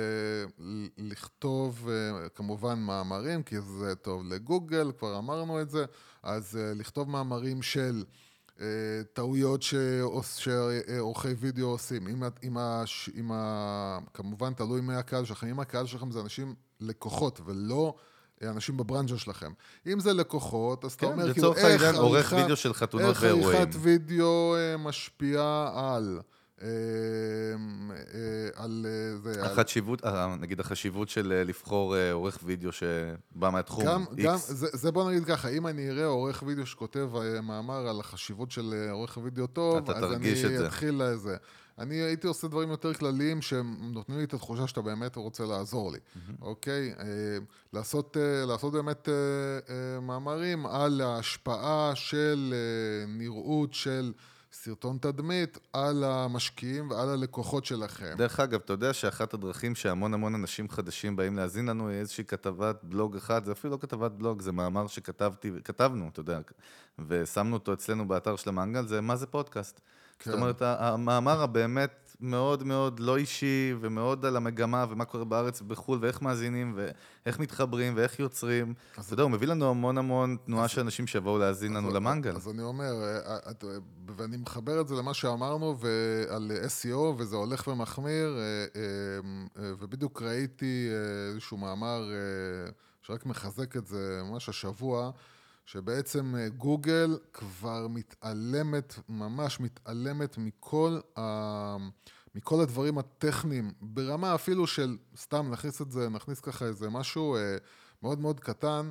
לכתוב כמובן מאמרים, כי זה טוב לגוגל, כבר אמרנו את זה, אז לכתוב מאמרים של טעויות שעורכי וידאו עושים. אם, אם, אם, כמובן תלוי מי הקהל שלכם, אם הקהל שלכם זה אנשים לקוחות ולא אנשים בברנז'ה שלכם. אם זה לקוחות, אז אתה אומר כאילו איך עורך וידאו של חתונות ואירועים. איך עריכת וידאו משפיעה על... על זה... החשיבות, נגיד החשיבות של לבחור עורך וידאו שבא מהתחום X. גם, זה בוא נגיד ככה, אם אני אראה עורך וידאו שכותב מאמר על החשיבות של עורך וידאו טוב, אז אני אתחיל לזה. אני הייתי עושה דברים יותר כלליים שנותנים לי את התחושה שאתה באמת רוצה לעזור לי, אוקיי? לעשות, לעשות באמת מאמרים על ההשפעה של נראות של סרטון תדמית על המשקיעים ועל הלקוחות שלכם. דרך אגב, אתה יודע שאחת הדרכים שהמון המון אנשים חדשים באים להזין לנו היא איזושהי כתבת בלוג אחד, זה אפילו לא כתבת בלוג, זה מאמר שכתבתי, כתבנו, אתה יודע, ושמנו אותו אצלנו באתר של המנגל, זה מה זה פודקאסט. כן. זאת אומרת, המאמר הבאמת מאוד מאוד לא אישי, ומאוד על המגמה, ומה קורה בארץ ובחול, ואיך מאזינים, ואיך מתחברים, ואיך יוצרים. אתה יודע, הוא מביא לנו המון המון תנועה של אנשים שיבואו להזין לנו למנגל. אז אני אומר, ואני מחבר את זה למה שאמרנו, ועל אס אי או, וזה הולך ומחמיר, ובדיוק ראיתי איזשהו מאמר שרק מחזק את זה ממש השבוע, שבעצם גוגל כבר מתעלמת, ממש מתעלמת מכל, ה... מכל הדברים הטכניים, ברמה אפילו של, סתם נכניס את זה, נכניס ככה איזה משהו מאוד מאוד קטן,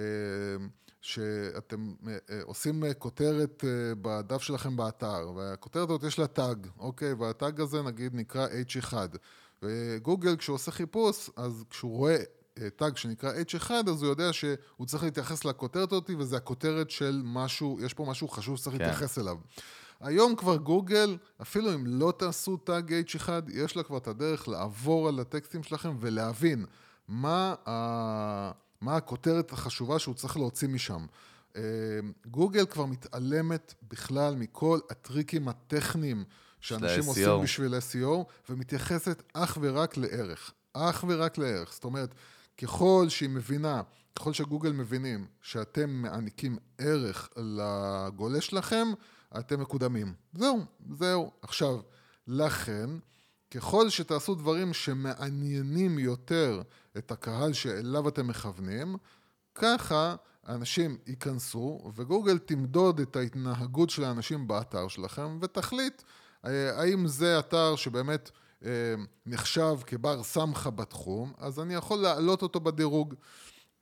שאתם עושים כותרת בדף שלכם באתר, והכותרת הזאת יש לה טאג, אוקיי, והטאג הזה נגיד נקרא אייץ' אחד, וגוגל כשהוא עושה חיפוש, אז כשהוא רואה טאג שנקרא אייץ' אחד, אז הוא יודע שהוא צריך להתייחס לכותרת אותי, וזה הכותרת של משהו, יש פה משהו חשוב שצריך כן. להתייחס אליו. היום כבר גוגל, אפילו אם לא תעשו טאג אייץ' אחד, יש לה כבר את הדרך לעבור על הטקסטים שלכם, ולהבין מה, ה... מה הכותרת החשובה שהוא צריך להוציא משם. גוגל כבר מתעלמת בכלל מכל הטריקים הטכניים, שאנשים עושים בשביל אס אי או, ומתייחסת אך ורק לערך. אך ורק לערך. זאת אומרת, ככל שהיא מבינה, ככל שגוגל מבינים שאתם מעניקים ערך לגולש שלכם, אתם מקודמים. זהו, זהו. עכשיו, לכן, ככל שתעשו דברים שמעניינים יותר את הקהל שאליו אתם מכוונים, ככה אנשים ייכנסו, וגוגל תמדוד את ההתנהגות של האנשים באתר שלכם, ותחליט האם זה אתר שבאמת נחשב כבר סמכה בתחום, אז אני יכול להעלות אותו בדירוג.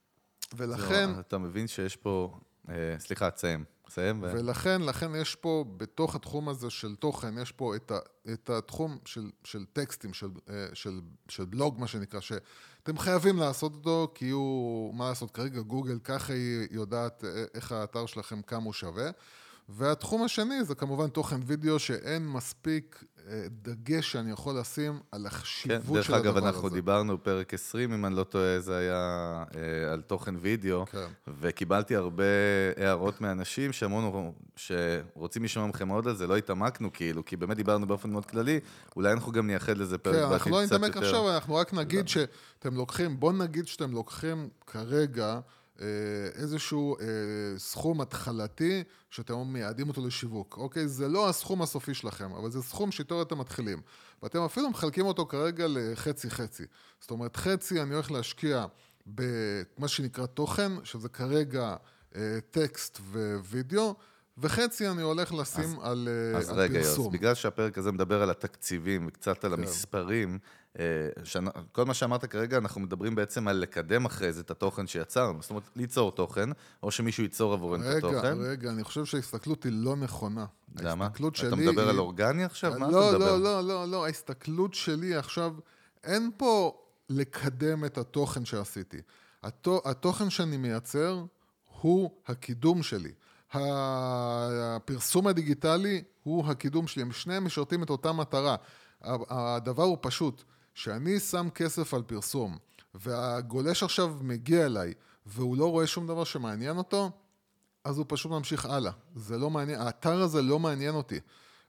ולכן... אתה מבין שיש פה... סליחה, תסיים. תסיים. ולכן, לכן יש פה, בתוך התחום הזה של תוכן, יש פה את, ה, את התחום של, של טקסטים, של, של, של בלוג, מה שנקרא, שאתם חייבים לעשות אותו, כי הוא, מה לעשות, כרגע גוגל, ככה היא יודעת איך האתר שלכם, כמה הוא שווה. והתחום השני זה כמובן תוכן וידאו, שאין מספיק דגש שאני יכול לשים על החשיבות כן, של הדבר הזה. דרך אגב, אנחנו דיברנו פרק עשרים, אם אני לא טועה, זה היה אה, על תוכן וידאו, כן. וקיבלתי הרבה הערות מאנשים שאמרו שרוצים לשמוע מכם עוד על זה, לא התעמקנו כאילו, כי באמת דיברנו באופן מאוד כללי, אולי אנחנו גם נייחד לזה פרק כן, בעתיד אנחנו לא נתעמק יותר... עכשיו, אנחנו רק נגיד לא. שאתם לוקחים, בוא נגיד שאתם לוקחים כרגע, איזשהו אה, סכום התחלתי שאתם מייעדים אותו לשיווק, אוקיי? זה לא הסכום הסופי שלכם, אבל זה סכום שאיתו אתם מתחילים. ואתם אפילו מחלקים אותו כרגע לחצי-חצי. זאת אומרת, חצי אני הולך להשקיע במה שנקרא תוכן, שזה כרגע אה, טקסט ווידאו, וחצי אני הולך לשים אז, על, אז על רגע, פרסום. יוס, בגלל שהפרק הזה מדבר על התקציבים וקצת על כן. המספרים, שנה, כל מה שאמרת כרגע, אנחנו מדברים בעצם על לקדם אחרי זה את התוכן שיצרנו. זאת אומרת, ליצור תוכן, או שמישהו ייצור עבורנו את התוכן. רגע, רגע, אני חושב שההסתכלות היא לא נכונה. למה? אתה מדבר היא... על אורגני עכשיו? מה לא, אתה מדבר? לא, לא, לא, לא. ההסתכלות שלי עכשיו, אין פה לקדם את התוכן שעשיתי. התוכן שאני מייצר הוא הקידום שלי. הפרסום הדיגיטלי הוא הקידום שלי. הם שניהם משרתים את אותה מטרה. הדבר הוא פשוט, שאני שם כסף על פרסום, והגולש עכשיו מגיע אליי, והוא לא רואה שום דבר שמעניין אותו, אז הוא פשוט ממשיך הלאה. זה לא מעניין, האתר הזה לא מעניין אותי.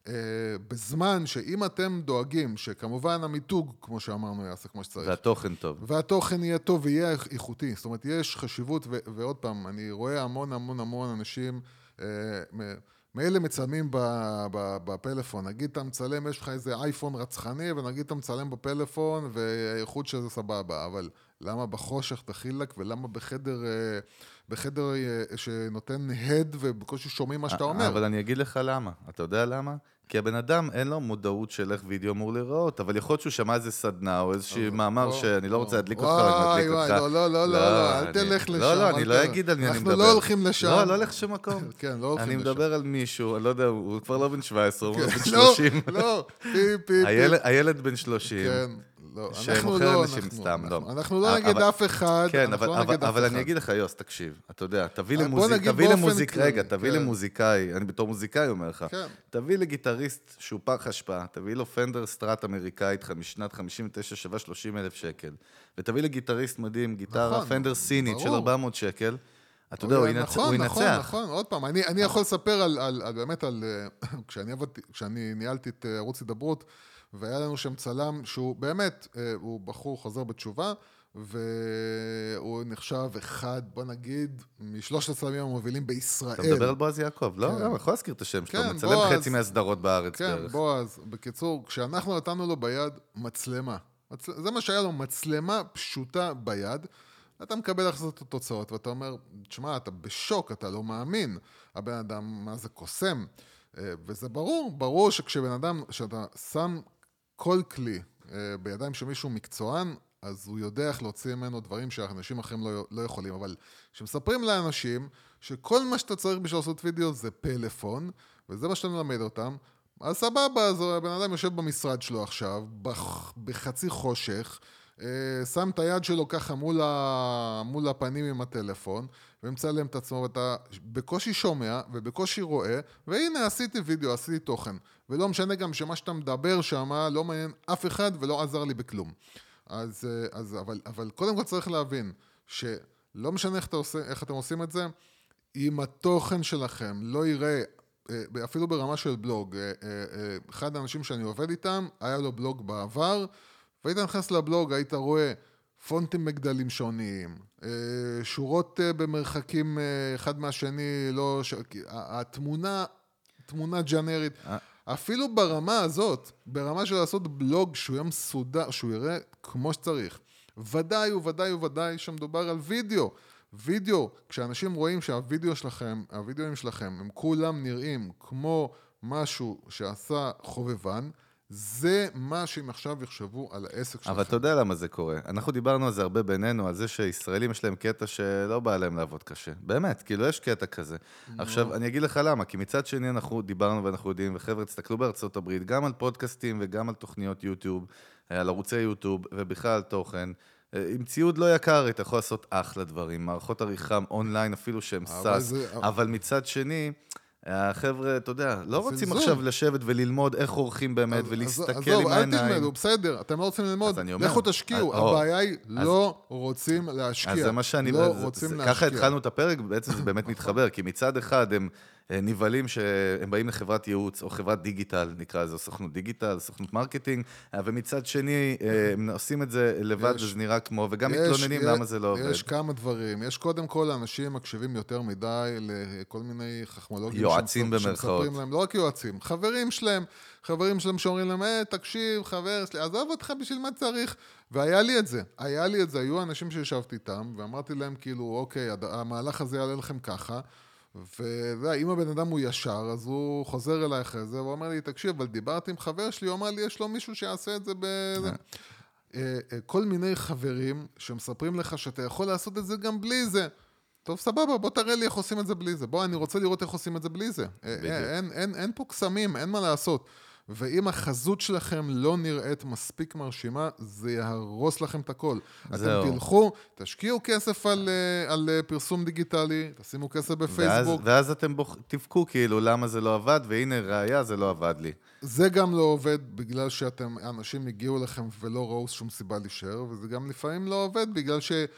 בזמן שאם אתם דואגים, שכמובן המיתוג, כמו שאמרנו, יעשה כמו שצריך. והתוכן טוב. והתוכן יהיה טוב ויהיה איכותי. זאת אומרת, יש חשיבות, ו- ועוד פעם, אני רואה המון המון המון אנשים, מאלה מצלמים בפלאפון, נגיד אתה מצלם, יש לך איזה אייפון רצחני, ונגיד אתה מצלם בפלאפון, והאיכות שזה סבבה, אבל למה בחושך תחילק, ולמה בחדר, בחדר שנותן הד, ובקושי שומעים מה שאתה אומר? אבל אני אגיד לך למה, אתה יודע למה? כי הבן אדם אין לו מודעות של איך וידאו אמור לראות, אבל יכול להיות שהוא שמע איזה סדנה, או איזשהו מאמר שאני לא רוצה להדליק אותך, אני מדליק אותך. וואי, לא, לא, לא, אל תלך לשם. לא, לא, אני לא אגיד על מי אני מדבר. אנחנו לא הולכים לשם. לא, לא הולך לשום מקום. כן, לא הולכים לשם. אני מדבר על מישהו, אני לא יודע, הוא כבר לא בן שבע עשרה, הוא בן שלושים. לא, פי, פי, פי. הילד בן שלושים. כן. לא, שמוכר אנשים סתם, לא. אנחנו לא נגד אף אחד, כן, אבל אני אגיד לך, יוס, תקשיב, אתה יודע, תביא למוזיקאי, רגע, תביא למוזיקאי, אני בתור מוזיקאי אומר לך, תביא לגיטריסט שהוא פח השפעה, תביא לו פנדר סטרט אמריקאית משנת חמישים ותשע שווה שלושים אלף שקל, ותביא לגיטריסט מדהים, גיטרה פנדר סינית של ארבע מאות שקל, אתה יודע, הוא ינצח. נכון, נכון, נכון, עוד פעם, אני יכול לספר על, באמת על, כשאני ניהלתי את ערוץ הידברות, והיה לנו שם צלם שהוא באמת, הוא בחור חוזר בתשובה, והוא נחשב אחד, בוא נגיד, משלושת הצלמים המובילים בישראל. אתה מדבר על בועז יעקב, לא? אני יכול להזכיר את השם שלו, מצלם חצי מהסדרות בארץ בערך. כן, בועז, בקיצור, כשאנחנו נתנו לו ביד מצלמה, זה מה שהיה לו, מצלמה פשוטה ביד, אתה מקבל לך את התוצאות, ואתה אומר, תשמע, אתה בשוק, אתה לא מאמין, הבן אדם, מה זה קוסם? וזה ברור, ברור שכשבן אדם, שאתה שם כל כלי בידיים של מישהו מקצוען, אז הוא יודע איך להוציא ממנו דברים שאנשים אחרים לא, לא יכולים. אבל כשמספרים לאנשים שכל מה שאתה צריך בשביל לעשות וידאו זה פלאפון, וזה מה שאתה מלמד אותם, אז סבבה, אז הבן אדם יושב במשרד שלו עכשיו, בחצי חושך, שם את היד שלו ככה מול, ה... מול הפנים עם הטלפון, ומצלם את עצמו, ואתה בקושי שומע ובקושי רואה, והנה עשיתי וידאו, עשיתי תוכן. ולא משנה גם שמה שאתה מדבר שם לא מעניין אף אחד ולא עזר לי בכלום. אז, אז, אבל, אבל קודם כל צריך להבין שלא משנה איך, אתה עושה, איך אתם עושים את זה, אם התוכן שלכם לא יראה, אפילו ברמה של בלוג, אחד האנשים שאני עובד איתם, היה לו בלוג בעבר, והיית נכנס לבלוג, היית רואה פונטים בגדלים שונים, שורות במרחקים אחד מהשני, לא, התמונה, תמונה ג'נרית, אפילו ברמה הזאת, ברמה של לעשות בלוג שהוא יהיה מסודר, שהוא יראה כמו שצריך, ודאי וודאי וודאי שמדובר על וידאו. וידאו, כשאנשים רואים שהווידאו שלכם, הווידאוים שלכם, הם כולם נראים כמו משהו שעשה חובבן, זה מה שהם עכשיו יחשבו על העסק שלכם. אבל אתה יודע למה זה קורה. אנחנו דיברנו על זה הרבה בינינו, על זה שישראלים יש להם קטע שלא בא להם לעבוד קשה. באמת, כאילו יש קטע כזה. עכשיו, אני אגיד לך למה, כי מצד שני אנחנו דיברנו ואנחנו יודעים, וחבר'ה, תסתכלו בארצות הברית, גם על פודקאסטים וגם על תוכניות יוטיוב, על ערוצי יוטיוב, ובכלל על תוכן. עם ציוד לא יקר, אתה יכול לעשות אחלה דברים, מערכות עריכה אונליין אפילו שהם סאס, אבל מצד שני, החבר'ה, אתה יודע, לא רוצים עכשיו לשבת וללמוד איך עורכים באמת, ולהסתכל עם העיניים. עזוב, אל תלמדו, בסדר, אתם לא רוצים ללמוד, לכו תשקיעו, הבעיה היא לא רוצים להשקיע. אז זה מה שאני, ככה התחלנו את הפרק, בעצם זה באמת מתחבר, כי מצד אחד הם נבלים שהם באים לחברת ייעוץ, או חברת דיגיטל, נקרא לזה, סוכנות דיגיטל, סוכנות מרקטינג, ומצד שני, הם עושים את זה לבד, וזה נראה כמו, וגם מתלוננים למה זה לא עובד. יש כמה דברים, יש קודם כל, אנשים מקשיבים יותר מדי לכל מיני חכמולוגים, יועצים במרכאות. להם, לא רק יועצים, חברים שלהם, חברים שלהם שאומרים להם, אה, תקשיב, חבר, עזוב אותך בשביל מה צריך, והיה לי את זה, היה לי את זה, היו אנשים שישבתי איתם, ואמרתי להם כאילו, אוקיי, המהלך הזה יעלה לכם ככה, ואם הבן אדם הוא ישר, אז הוא חוזר אליי אחרי זה, והוא אומר לי, תקשיב, אבל דיברתי עם חבר שלי, הוא אמר לי, יש לו מישהו שיעשה את זה ב... כל מיני חברים שמספרים לך שאתה יכול לעשות את זה גם בלי זה. טוב, סבבה, בוא תראה לי איך עושים את זה בלי זה. בוא, אני רוצה לראות איך עושים את זה בלי זה. אין, אין, אין פה קסמים, אין מה לעשות. ואם החזות שלכם לא נראית מספיק מרשימה, זה יהרוס לכם את הכל. אתם תלכו, תשקיעו כסף על, על פרסום דיגיטלי, תשימו כסף בפייסבוק. ואז, ואז אתם בוח... תבכו כאילו למה זה לא עבד, והנה ראיה, זה לא עבד לי. זה גם לא עובד בגלל שאתם, אנשים הגיעו לכם ולא ראו שום סיבה להישאר, וזה גם לפעמים לא עובד בגלל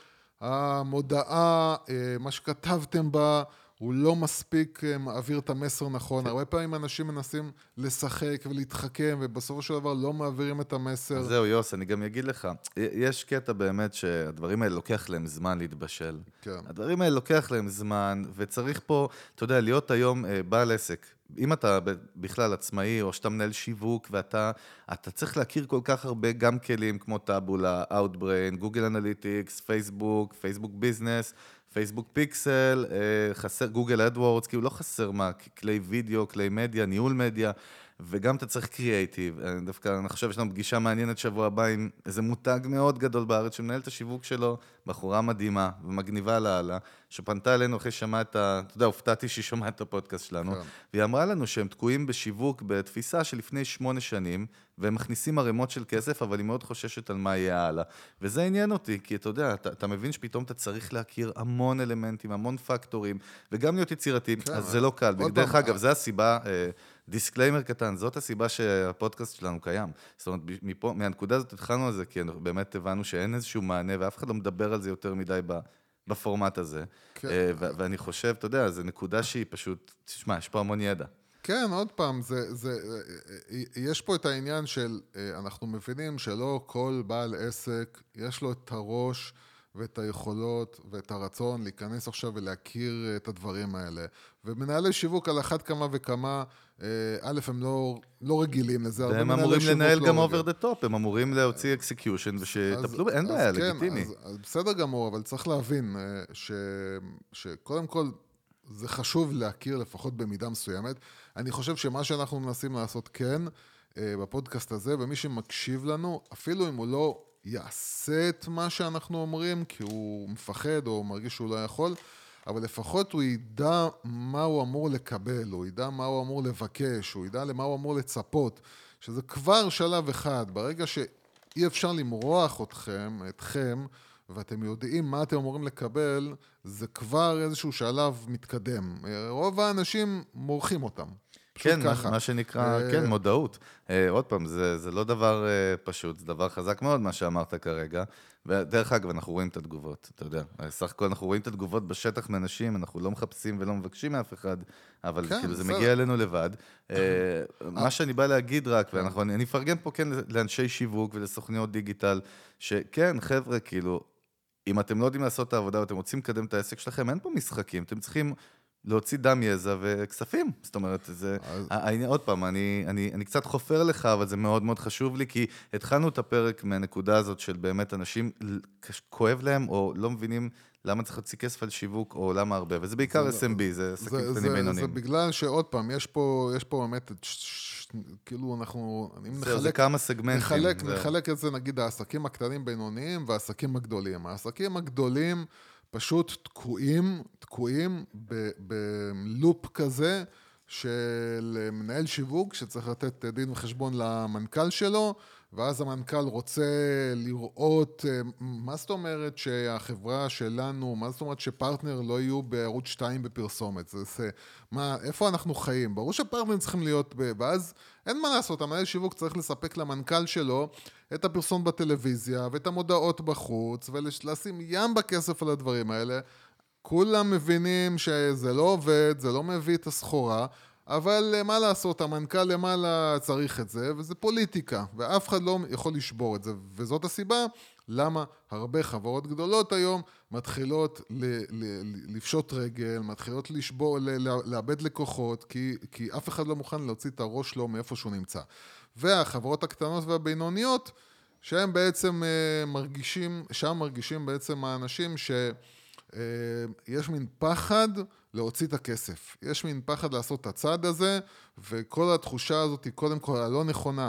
שהמודעה, מה שכתבתם בה, הוא לא מספיק מעביר את המסר נכון. הרבה פעמים אנשים מנסים לשחק ולהתחכם, ובסופו של דבר לא מעבירים את המסר. אז זהו, יוס, אני גם אגיד לך, יש קטע באמת שהדברים האלה לוקח להם זמן להתבשל. כן. הדברים האלה לוקח להם זמן, וצריך פה, אתה יודע, להיות היום בעל עסק. אם אתה בכלל עצמאי, או שאתה מנהל שיווק, ואתה אתה צריך להכיר כל כך הרבה גם כלים, כמו טאבולה, Outbrain, גוגל אנליטיקס, פייסבוק, פייסבוק ביזנס, פייסבוק פיקסל, חסר גוגל אדוורדס, כאילו לא חסר מה, כלי וידאו, כלי מדיה, ניהול מדיה, וגם אתה צריך קריאייטיב. דווקא אני חושב שיש לנו פגישה מעניינת שבוע הבא עם איזה מותג מאוד גדול בארץ, שמנהל את השיווק שלו, בחורה מדהימה ומגניבה להלה, שפנתה אלינו אחרי שמעת, אתה יודע, הופתעתי שהיא שומעת את הפודקאסט שלנו, כן. והיא אמרה לנו שהם תקועים בשיווק בתפיסה של לפני שמונה שנים, והם מכניסים ערימות של כסף, אבל היא מאוד חוששת על מה יהיה הלאה. וזה עניין אותי, כי אתה יודע, אתה, אתה מבין שפתאום אתה צריך להכיר המון אלמנטים, המון פקטורים, וגם להיות יצירתיים, כן, אז זה לא קל. דרך אגב, זה הסיבה, דיסקליימר קטן, זאת הסיבה שהפודקאסט שלנו קיים. זאת אומרת, מפה, מהנקודה הזאת התחלנו על זה, כי באמת הבנו שאין איזשהו מענה, ואף אחד לא מדבר על זה יותר מדי בפורמט הזה. כן. ואני חושב, אתה יודע, זו נקודה שהיא פשוט, תשמע, יש פה המון ידע. כן, עוד פעם, זה, זה, יש פה את העניין של, אנחנו מבינים שלא כל בעל עסק, יש לו את הראש ואת היכולות ואת הרצון להיכנס עכשיו ולהכיר את הדברים האלה. ומנהלי שיווק על אחת כמה וכמה, א', הם לא, לא רגילים לזה. והם אמורים לנהל גם אובר דה טופ, הם אמורים להוציא אקסקיושן ושתפלו, אין בעיה, לגיטימי. אז, אז בסדר גמור, אבל צריך להבין ש, שקודם כל, זה חשוב להכיר לפחות במידה מסוימת. אני חושב שמה שאנחנו מנסים לעשות כן, בפודקאסט הזה, ומי שמקשיב לנו, אפילו אם הוא לא יעשה את מה שאנחנו אומרים, כי הוא מפחד או מרגיש שהוא לא יכול, אבל לפחות הוא ידע מה הוא אמור לקבל, הוא ידע מה הוא אמור לבקש, הוא ידע למה הוא אמור לצפות, שזה כבר שלב אחד. ברגע שאי אפשר למרוח אתכם, אתכם, ואתם יודעים מה אתם אמורים לקבל, זה כבר איזשהו שלב מתקדם. רוב האנשים מורחים אותם. כן, מה, מה שנקרא, כן, מודעות. עוד פעם, זה, זה לא דבר פשוט, זה דבר חזק מאוד מה שאמרת כרגע. ודרך אגב, אנחנו רואים את התגובות, אתה יודע. סך הכל אנחנו רואים את התגובות בשטח מאנשים, אנחנו לא מחפשים ולא מבקשים מאף אחד, אבל כן, כאילו זה מגיע אלינו לבד. מה שאני בא להגיד רק, ואנחנו, אני אפרגן פה כן לאנשי שיווק ולסוכניות דיגיטל, שכן, חבר'ה, כאילו, אם אתם לא יודעים לעשות את העבודה ואתם רוצים לקדם את העסק שלכם, אין פה משחקים, אתם צריכים להוציא דם יזע וכספים. זאת אומרת, זה... אז- העניין- עוד פעם, אני, אני, אני קצת חופר לך, אבל זה מאוד מאוד חשוב לי, כי התחלנו את הפרק מהנקודה הזאת של באמת אנשים כואב להם, או לא מבינים למה צריך להוציא כסף על שיווק, או למה הרבה, וזה בעיקר זה- אס אם בי, זה עסקים זה- קטנים זה- זה בינוניים. בגלל שעוד פעם, יש פה, יש פה באמת, את ש- ש- כאילו אנחנו, אם זהו, זה נחלק, כמה סגמנטים. נחלק, זהו. נחלק את זה נגיד העסקים הקטנים בינוניים והעסקים הגדולים. העסקים הגדולים פשוט תקועים, תקועים ב- בלופ כזה של מנהל שיווק שצריך לתת דין וחשבון למנכ"ל שלו, ואז המנכ"ל רוצה לראות, מה זאת אומרת שהחברה שלנו, מה זאת אומרת שפרטנר לא יהיו בערוץ שתיים בפרסומת? זה, זה, מה, איפה אנחנו חיים? ברור שפרטנרים צריכים להיות, ב, ואז אין מה לעשות, המנהל שיווק צריך לספק למנכ"ל שלו את הפרסום בטלוויזיה ואת המודעות בחוץ, ולשים ים בכסף על הדברים האלה. כולם מבינים שזה לא עובד, זה לא מביא את הסחורה, אבל מה לעשות, המנכ"ל למעלה צריך את זה, וזה פוליטיקה, ואף אחד לא יכול לשבור את זה, וזאת הסיבה למה הרבה חברות גדולות היום מתחילות ל- ל- לפשוט רגל, מתחילות לשבור, ל- ל- לאבד לקוחות, כי, כי אף אחד לא מוכן להוציא את הראש שלו מאיפה שהוא נמצא. והחברות הקטנות והבינוניות, שהם בעצם אה, מרגישים, שם מרגישים בעצם האנשים ש... יש מין פחד להוציא את הכסף. יש מין פחד לעשות את הצעד הזה, וכל התחושה הזאת היא קודם כל הלא נכונה,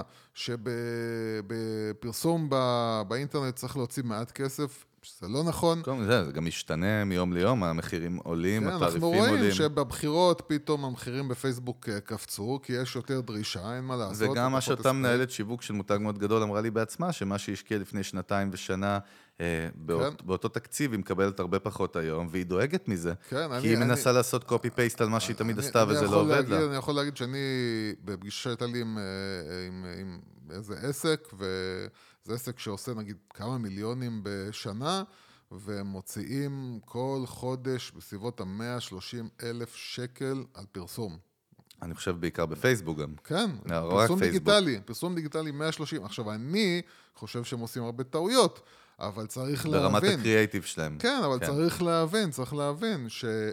שבפרסום באינטרנט צריך להוציא מעט כסף, שזה לא נכון. זה, זה גם משתנה מיום ליום, המחירים עולים, כן, התעריפים אנחנו עולים. רואים שבבחירות פתאום המחירים בפייסבוק קפצו, כי יש יותר דרישה, אין מה לעשות. וגם מה שאותה מנהלת שיווק של מותג מאוד גדול אמרה לי בעצמה, שמה שהשקיע לפני שנתיים ושנה, אה, באות, כן. באותו תקציב היא מקבלת הרבה פחות היום, והיא דואגת מזה. כן, כי אני, היא מנסה אני, לעשות קופי-פייסט על מה שהיא תמיד אני, עשתה, אני וזה לא עובד להגיד, לה. אני יכול להגיד שאני, בפגישה שהייתה לי עם, עם, עם איזה עסק, וזה עסק שעושה נגיד כמה מיליונים בשנה, והם מוציאים כל חודש בסביבות ה-מאה ושלושים אלף שקל על פרסום. אני חושב בעיקר בפייסבוק גם. כן, פרסום דיגיטלי, פרסום דיגיטלי מאה ושלושים. עכשיו, אני חושב שהם עושים הרבה טעויות, אבל צריך להבין. ברמת הקריאייטיב שלהם. כן, אבל כן. צריך להבין, צריך להבין שזה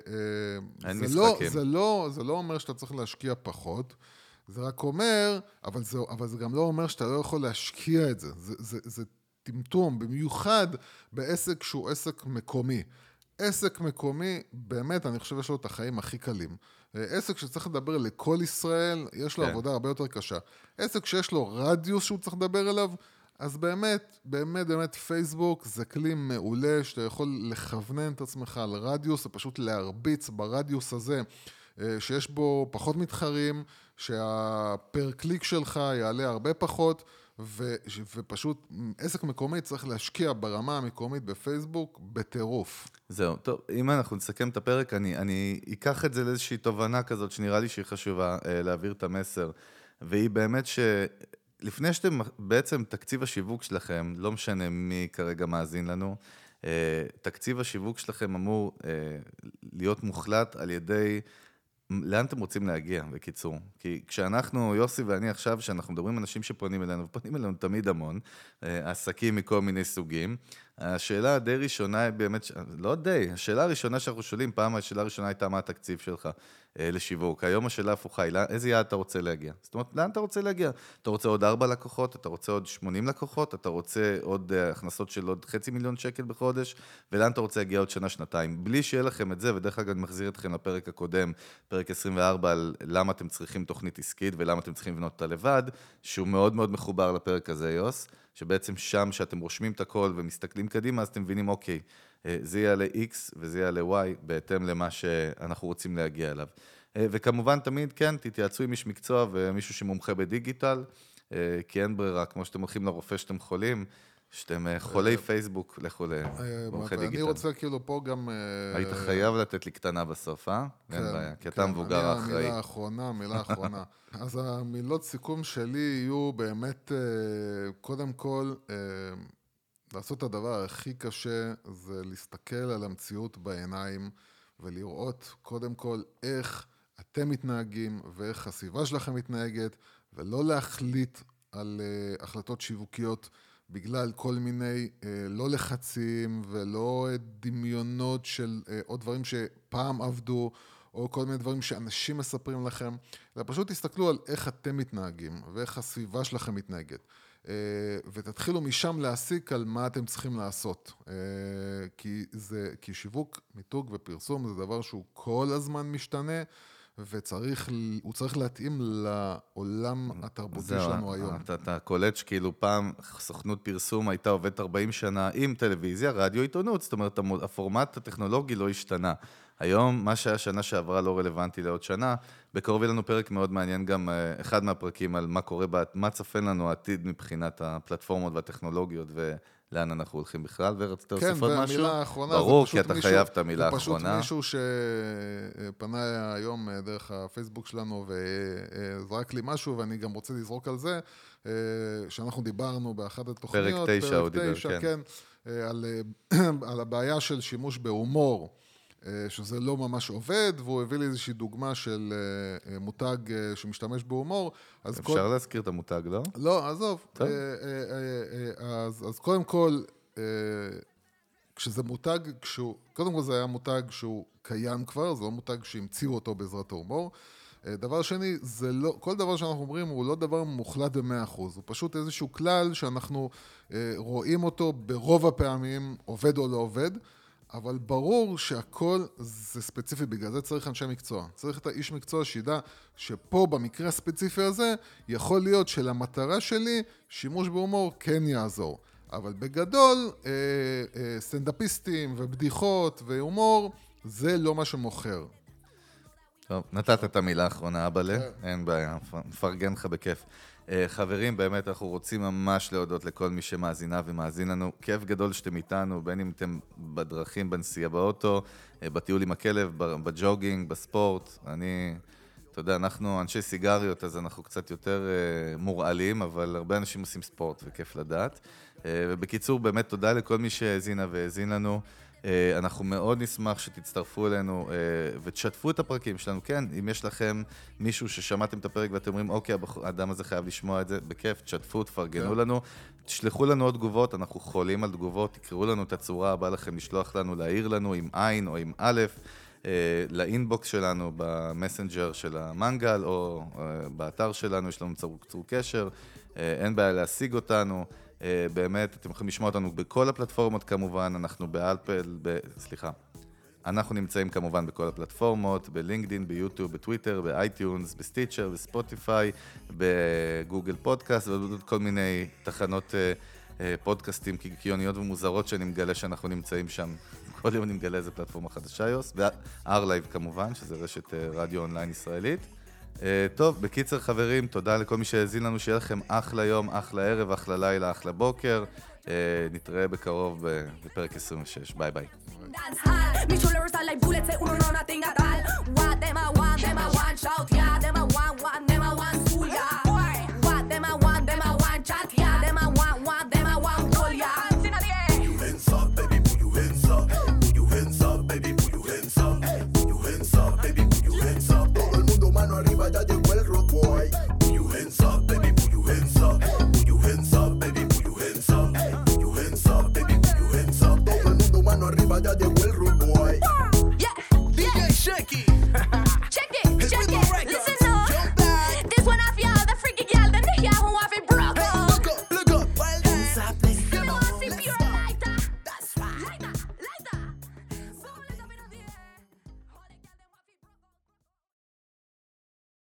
לא, זה לא, זה לא אומר שאתה צריך להשקיע פחות, זה רק אומר, אבל זה, אבל זה גם לא אומר שאתה לא יכול להשקיע את זה. זה, זה, זה טמטום, במיוחד בעסק שהוא עסק מקומי. עסק מקומי, באמת, אני חושב שיש לו את החיים הכי קלים. עסק שצריך לדבר לכל ישראל, יש לו כן. עבודה הרבה יותר קשה. עסק שיש לו רדיוס שהוא צריך לדבר אליו, אז באמת, באמת, באמת, פייסבוק זה כלי מעולה, שאתה יכול לכוונן את עצמך על רדיוס, ופשוט להרביץ ברדיוס הזה, שיש בו פחות מתחרים, שהפר קליק שלך יעלה הרבה פחות, ו, ופשוט עסק מקומי צריך להשקיע ברמה המקומית בפייסבוק בטירוף. זהו, טוב, אם אנחנו נסכם את הפרק, אני, אני אקח את זה לאיזושהי תובנה כזאת שנראה לי שהיא חשובה אה, להעביר את המסר, והיא באמת שלפני שאתם בעצם תקציב השיווק שלכם, לא משנה מי כרגע מאזין לנו, אה, תקציב השיווק שלכם אמור אה, להיות מוחלט על ידי לאן אתם רוצים להגיע, בקיצור? כי כשאנחנו, יוסי ואני עכשיו, שאנחנו מדברים עם אנשים שפונים אלינו, ופונים אלינו תמיד המון, עסקים מכל מיני סוגים, השאלה הדי ראשונה היא באמת, לא די, השאלה הראשונה שאנחנו שואלים, פעם השאלה הראשונה הייתה מה התקציב שלך לשיווק. היום השאלה הפוכה היא, איזה יעד אתה רוצה להגיע? זאת אומרת, לאן אתה רוצה להגיע? אתה רוצה עוד ארבע לקוחות, אתה רוצה עוד שמונים לקוחות, אתה רוצה עוד הכנסות של עוד חצי מיליון שקל בחודש, ולאן אתה רוצה להגיע עוד שנה, שנתיים? בלי שיהיה לכם את זה, ודרך אגב אני מחזיר אתכם לפרק הקודם, פרק עשרים וארבע, על למה אתם צריכים תוכנית עסקית, ולמה אתם צריכים לבנות אותה לבד, שהוא מאוד מאוד מחובר לפרק הזה, יוס, שבעצם שם שאתם רושמים את הכל ומסתכלים קדימה, אז אתם מבינים, אוקיי, זה יהיה ל-X וזה יהיה ל-Y, בהתאם למה שאנחנו רוצים להגיע אליו. וכמובן תמיד, כן, תתייעצו עם איש מקצוע ומישהו שמומחה בדיגיטל, כי אין ברירה, כמו שאתם הולכים לרופא שאתם חולים, שאתם חולי פייסבוק, לכו למומחה דיגיטל. אני רוצה כאילו פה גם... היית חייב לתת לי קטנה בסוף, אה? אין בעיה, כי אתה מבוגר האחראי. מילה האחרונה, מילה האחרונה. אז המילות סיכום שלי יהיו באמת, קודם כל, לעשות את הדבר הכי קשה, זה להסתכל על המציאות בעיניים, ולראות קודם כל איך אתם מתנהגים, ואיך הסביבה שלכם מתנהגת, ולא להחליט על החלטות שיווקיות, בגלל כל מיני אה, לא לחצים ולא דמיונות של אה, עוד דברים שפעם עבדו, או כל מיני דברים שאנשים מספרים לכם, אלא פשוט תסתכלו על איך אתם מתנהגים, ואיך הסביבה שלכם מתנהגת. ותתחילו משם להסיק על מה אתם צריכים לעשות. כי זה, כי שיווק, מיתוג ופרסום זה דבר שהוא כל הזמן משתנה, וצריך, הוא צריך להתאים לעולם התרבותי שלנו היום. אתה, אתה קולט שכאילו פעם סוכנות פרסום הייתה עובדת ארבעים שנה עם טלוויזיה, רדיו, עיתונות, זאת אומרת, הפורמט הטכנולוגי לא השתנה. היום, מה שהיה שנה שעברה לא רלוונטי לעוד שנה, בקרוב יהיה לנו פרק מאוד מעניין גם אחד מהפרקים על מה קורה, מה צפן לנו העתיד מבחינת הפלטפורמות והטכנולוגיות ולאן אנחנו הולכים בכלל, ורצית להוסיף עוד משהו? כן, והמילה האחרונה, ברור, כי אתה חייב את המילה האחרונה. זה פשוט מישהו שפנה היום דרך הפייסבוק שלנו וזרק לי משהו, ואני גם רוצה לזרוק על זה, שאנחנו דיברנו באחת התוכניות. פרק תשע, הוא דיבר, כן. כן, על, על הבעיה של שימוש בהומור, שזה לא ממש עובד, והוא הביא לי איזושהי דוגמה של מותג שמשתמש בהומור. אפשר כל... להזכיר את המותג, לא? לא, עזוב. אז, אז קודם כל, כשזה מותג, כשהוא, קודם כל זה היה מותג שהוא קיים כבר, זה לא מותג שהמציאו אותו בעזרת ההומור. דבר שני, זה לא, כל דבר שאנחנו אומרים הוא לא דבר מוחלט ב-מאה אחוז, הוא פשוט איזשהו כלל שאנחנו רואים אותו ברוב הפעמים, עובד או לא עובד, אבל ברור שהכל זה ספציפי, בגלל זה צריך אנשי מקצוע. צריך את האיש מקצוע שידע שפה במקרה הספציפי הזה יכול להיות שלמטרה שלי שימוש בהומור כן יעזור. אבל בגדול אה, אה, סטנדאפיסטים ובדיחות והומור זה לא מה שמוכר. טוב, נתת את המילה האחרונה, אבאלה, אין בעיה, מפרגן לך בכיף. חברים, באמת אנחנו רוצים ממש להודות לכל מי שמאזינה ומאזין לנו. כיף גדול שאתם איתנו, בין אם אתם בדרכים, בנסיעה באוטו, בטיול עם הכלב, בג'וגינג, בספורט. אני, אתה יודע, אנחנו אנשי סיגריות, אז אנחנו קצת יותר מורעלים, אבל הרבה אנשים עושים ספורט וכיף לדעת. ובקיצור, באמת תודה לכל מי שהאזינה והאזין לנו. אנחנו מאוד נשמח שתצטרפו אלינו ותשתפו את הפרקים שלנו. כן, אם יש לכם מישהו ששמעתם את הפרק ואתם אומרים, אוקיי, האדם הזה חייב לשמוע את זה, בכיף, תשתפו, תפרגנו לנו, תשלחו לנו עוד תגובות, אנחנו חולים על תגובות, תקראו לנו את הצורה הבאה לכם, לשלוח לנו, להעיר לנו עם עין או עם א', לאינבוקס שלנו במסנג'ר של המנגל או באתר שלנו, יש לנו צור קשר, אין בעיה להשיג אותנו. באמת, אתם יכולים לשמוע אותנו בכל הפלטפורמות כמובן, אנחנו באלפל, ב... סליחה, אנחנו נמצאים כמובן בכל הפלטפורמות, בלינקדין, ביוטיוב, בטוויטר, באייטיונס, בסטיצ'ר, בספוטיפיי, בגוגל פודקאסט, ועוד כל מיני תחנות פודקאסטים קיקיוניות ומוזרות שאני מגלה שאנחנו נמצאים שם. כל יום אני מגלה איזה פלטפורמה חדשה יוס, ו-R-Live כמובן, שזה רשת רדיו אונליין ישראלית. Uh, טוב, בקיצר חברים, תודה לכל מי שהאזין לנו, שיהיה לכם אחלה יום, אחלה ערב, אחלה לילה, אחלה בוקר. Uh, נתראה בקרוב בפרק עשרים ושש. ביי ביי. Mi shoulders are like bullets, say uno no nothing at all. What them I want, them I want, shout, yeah, them I want, want.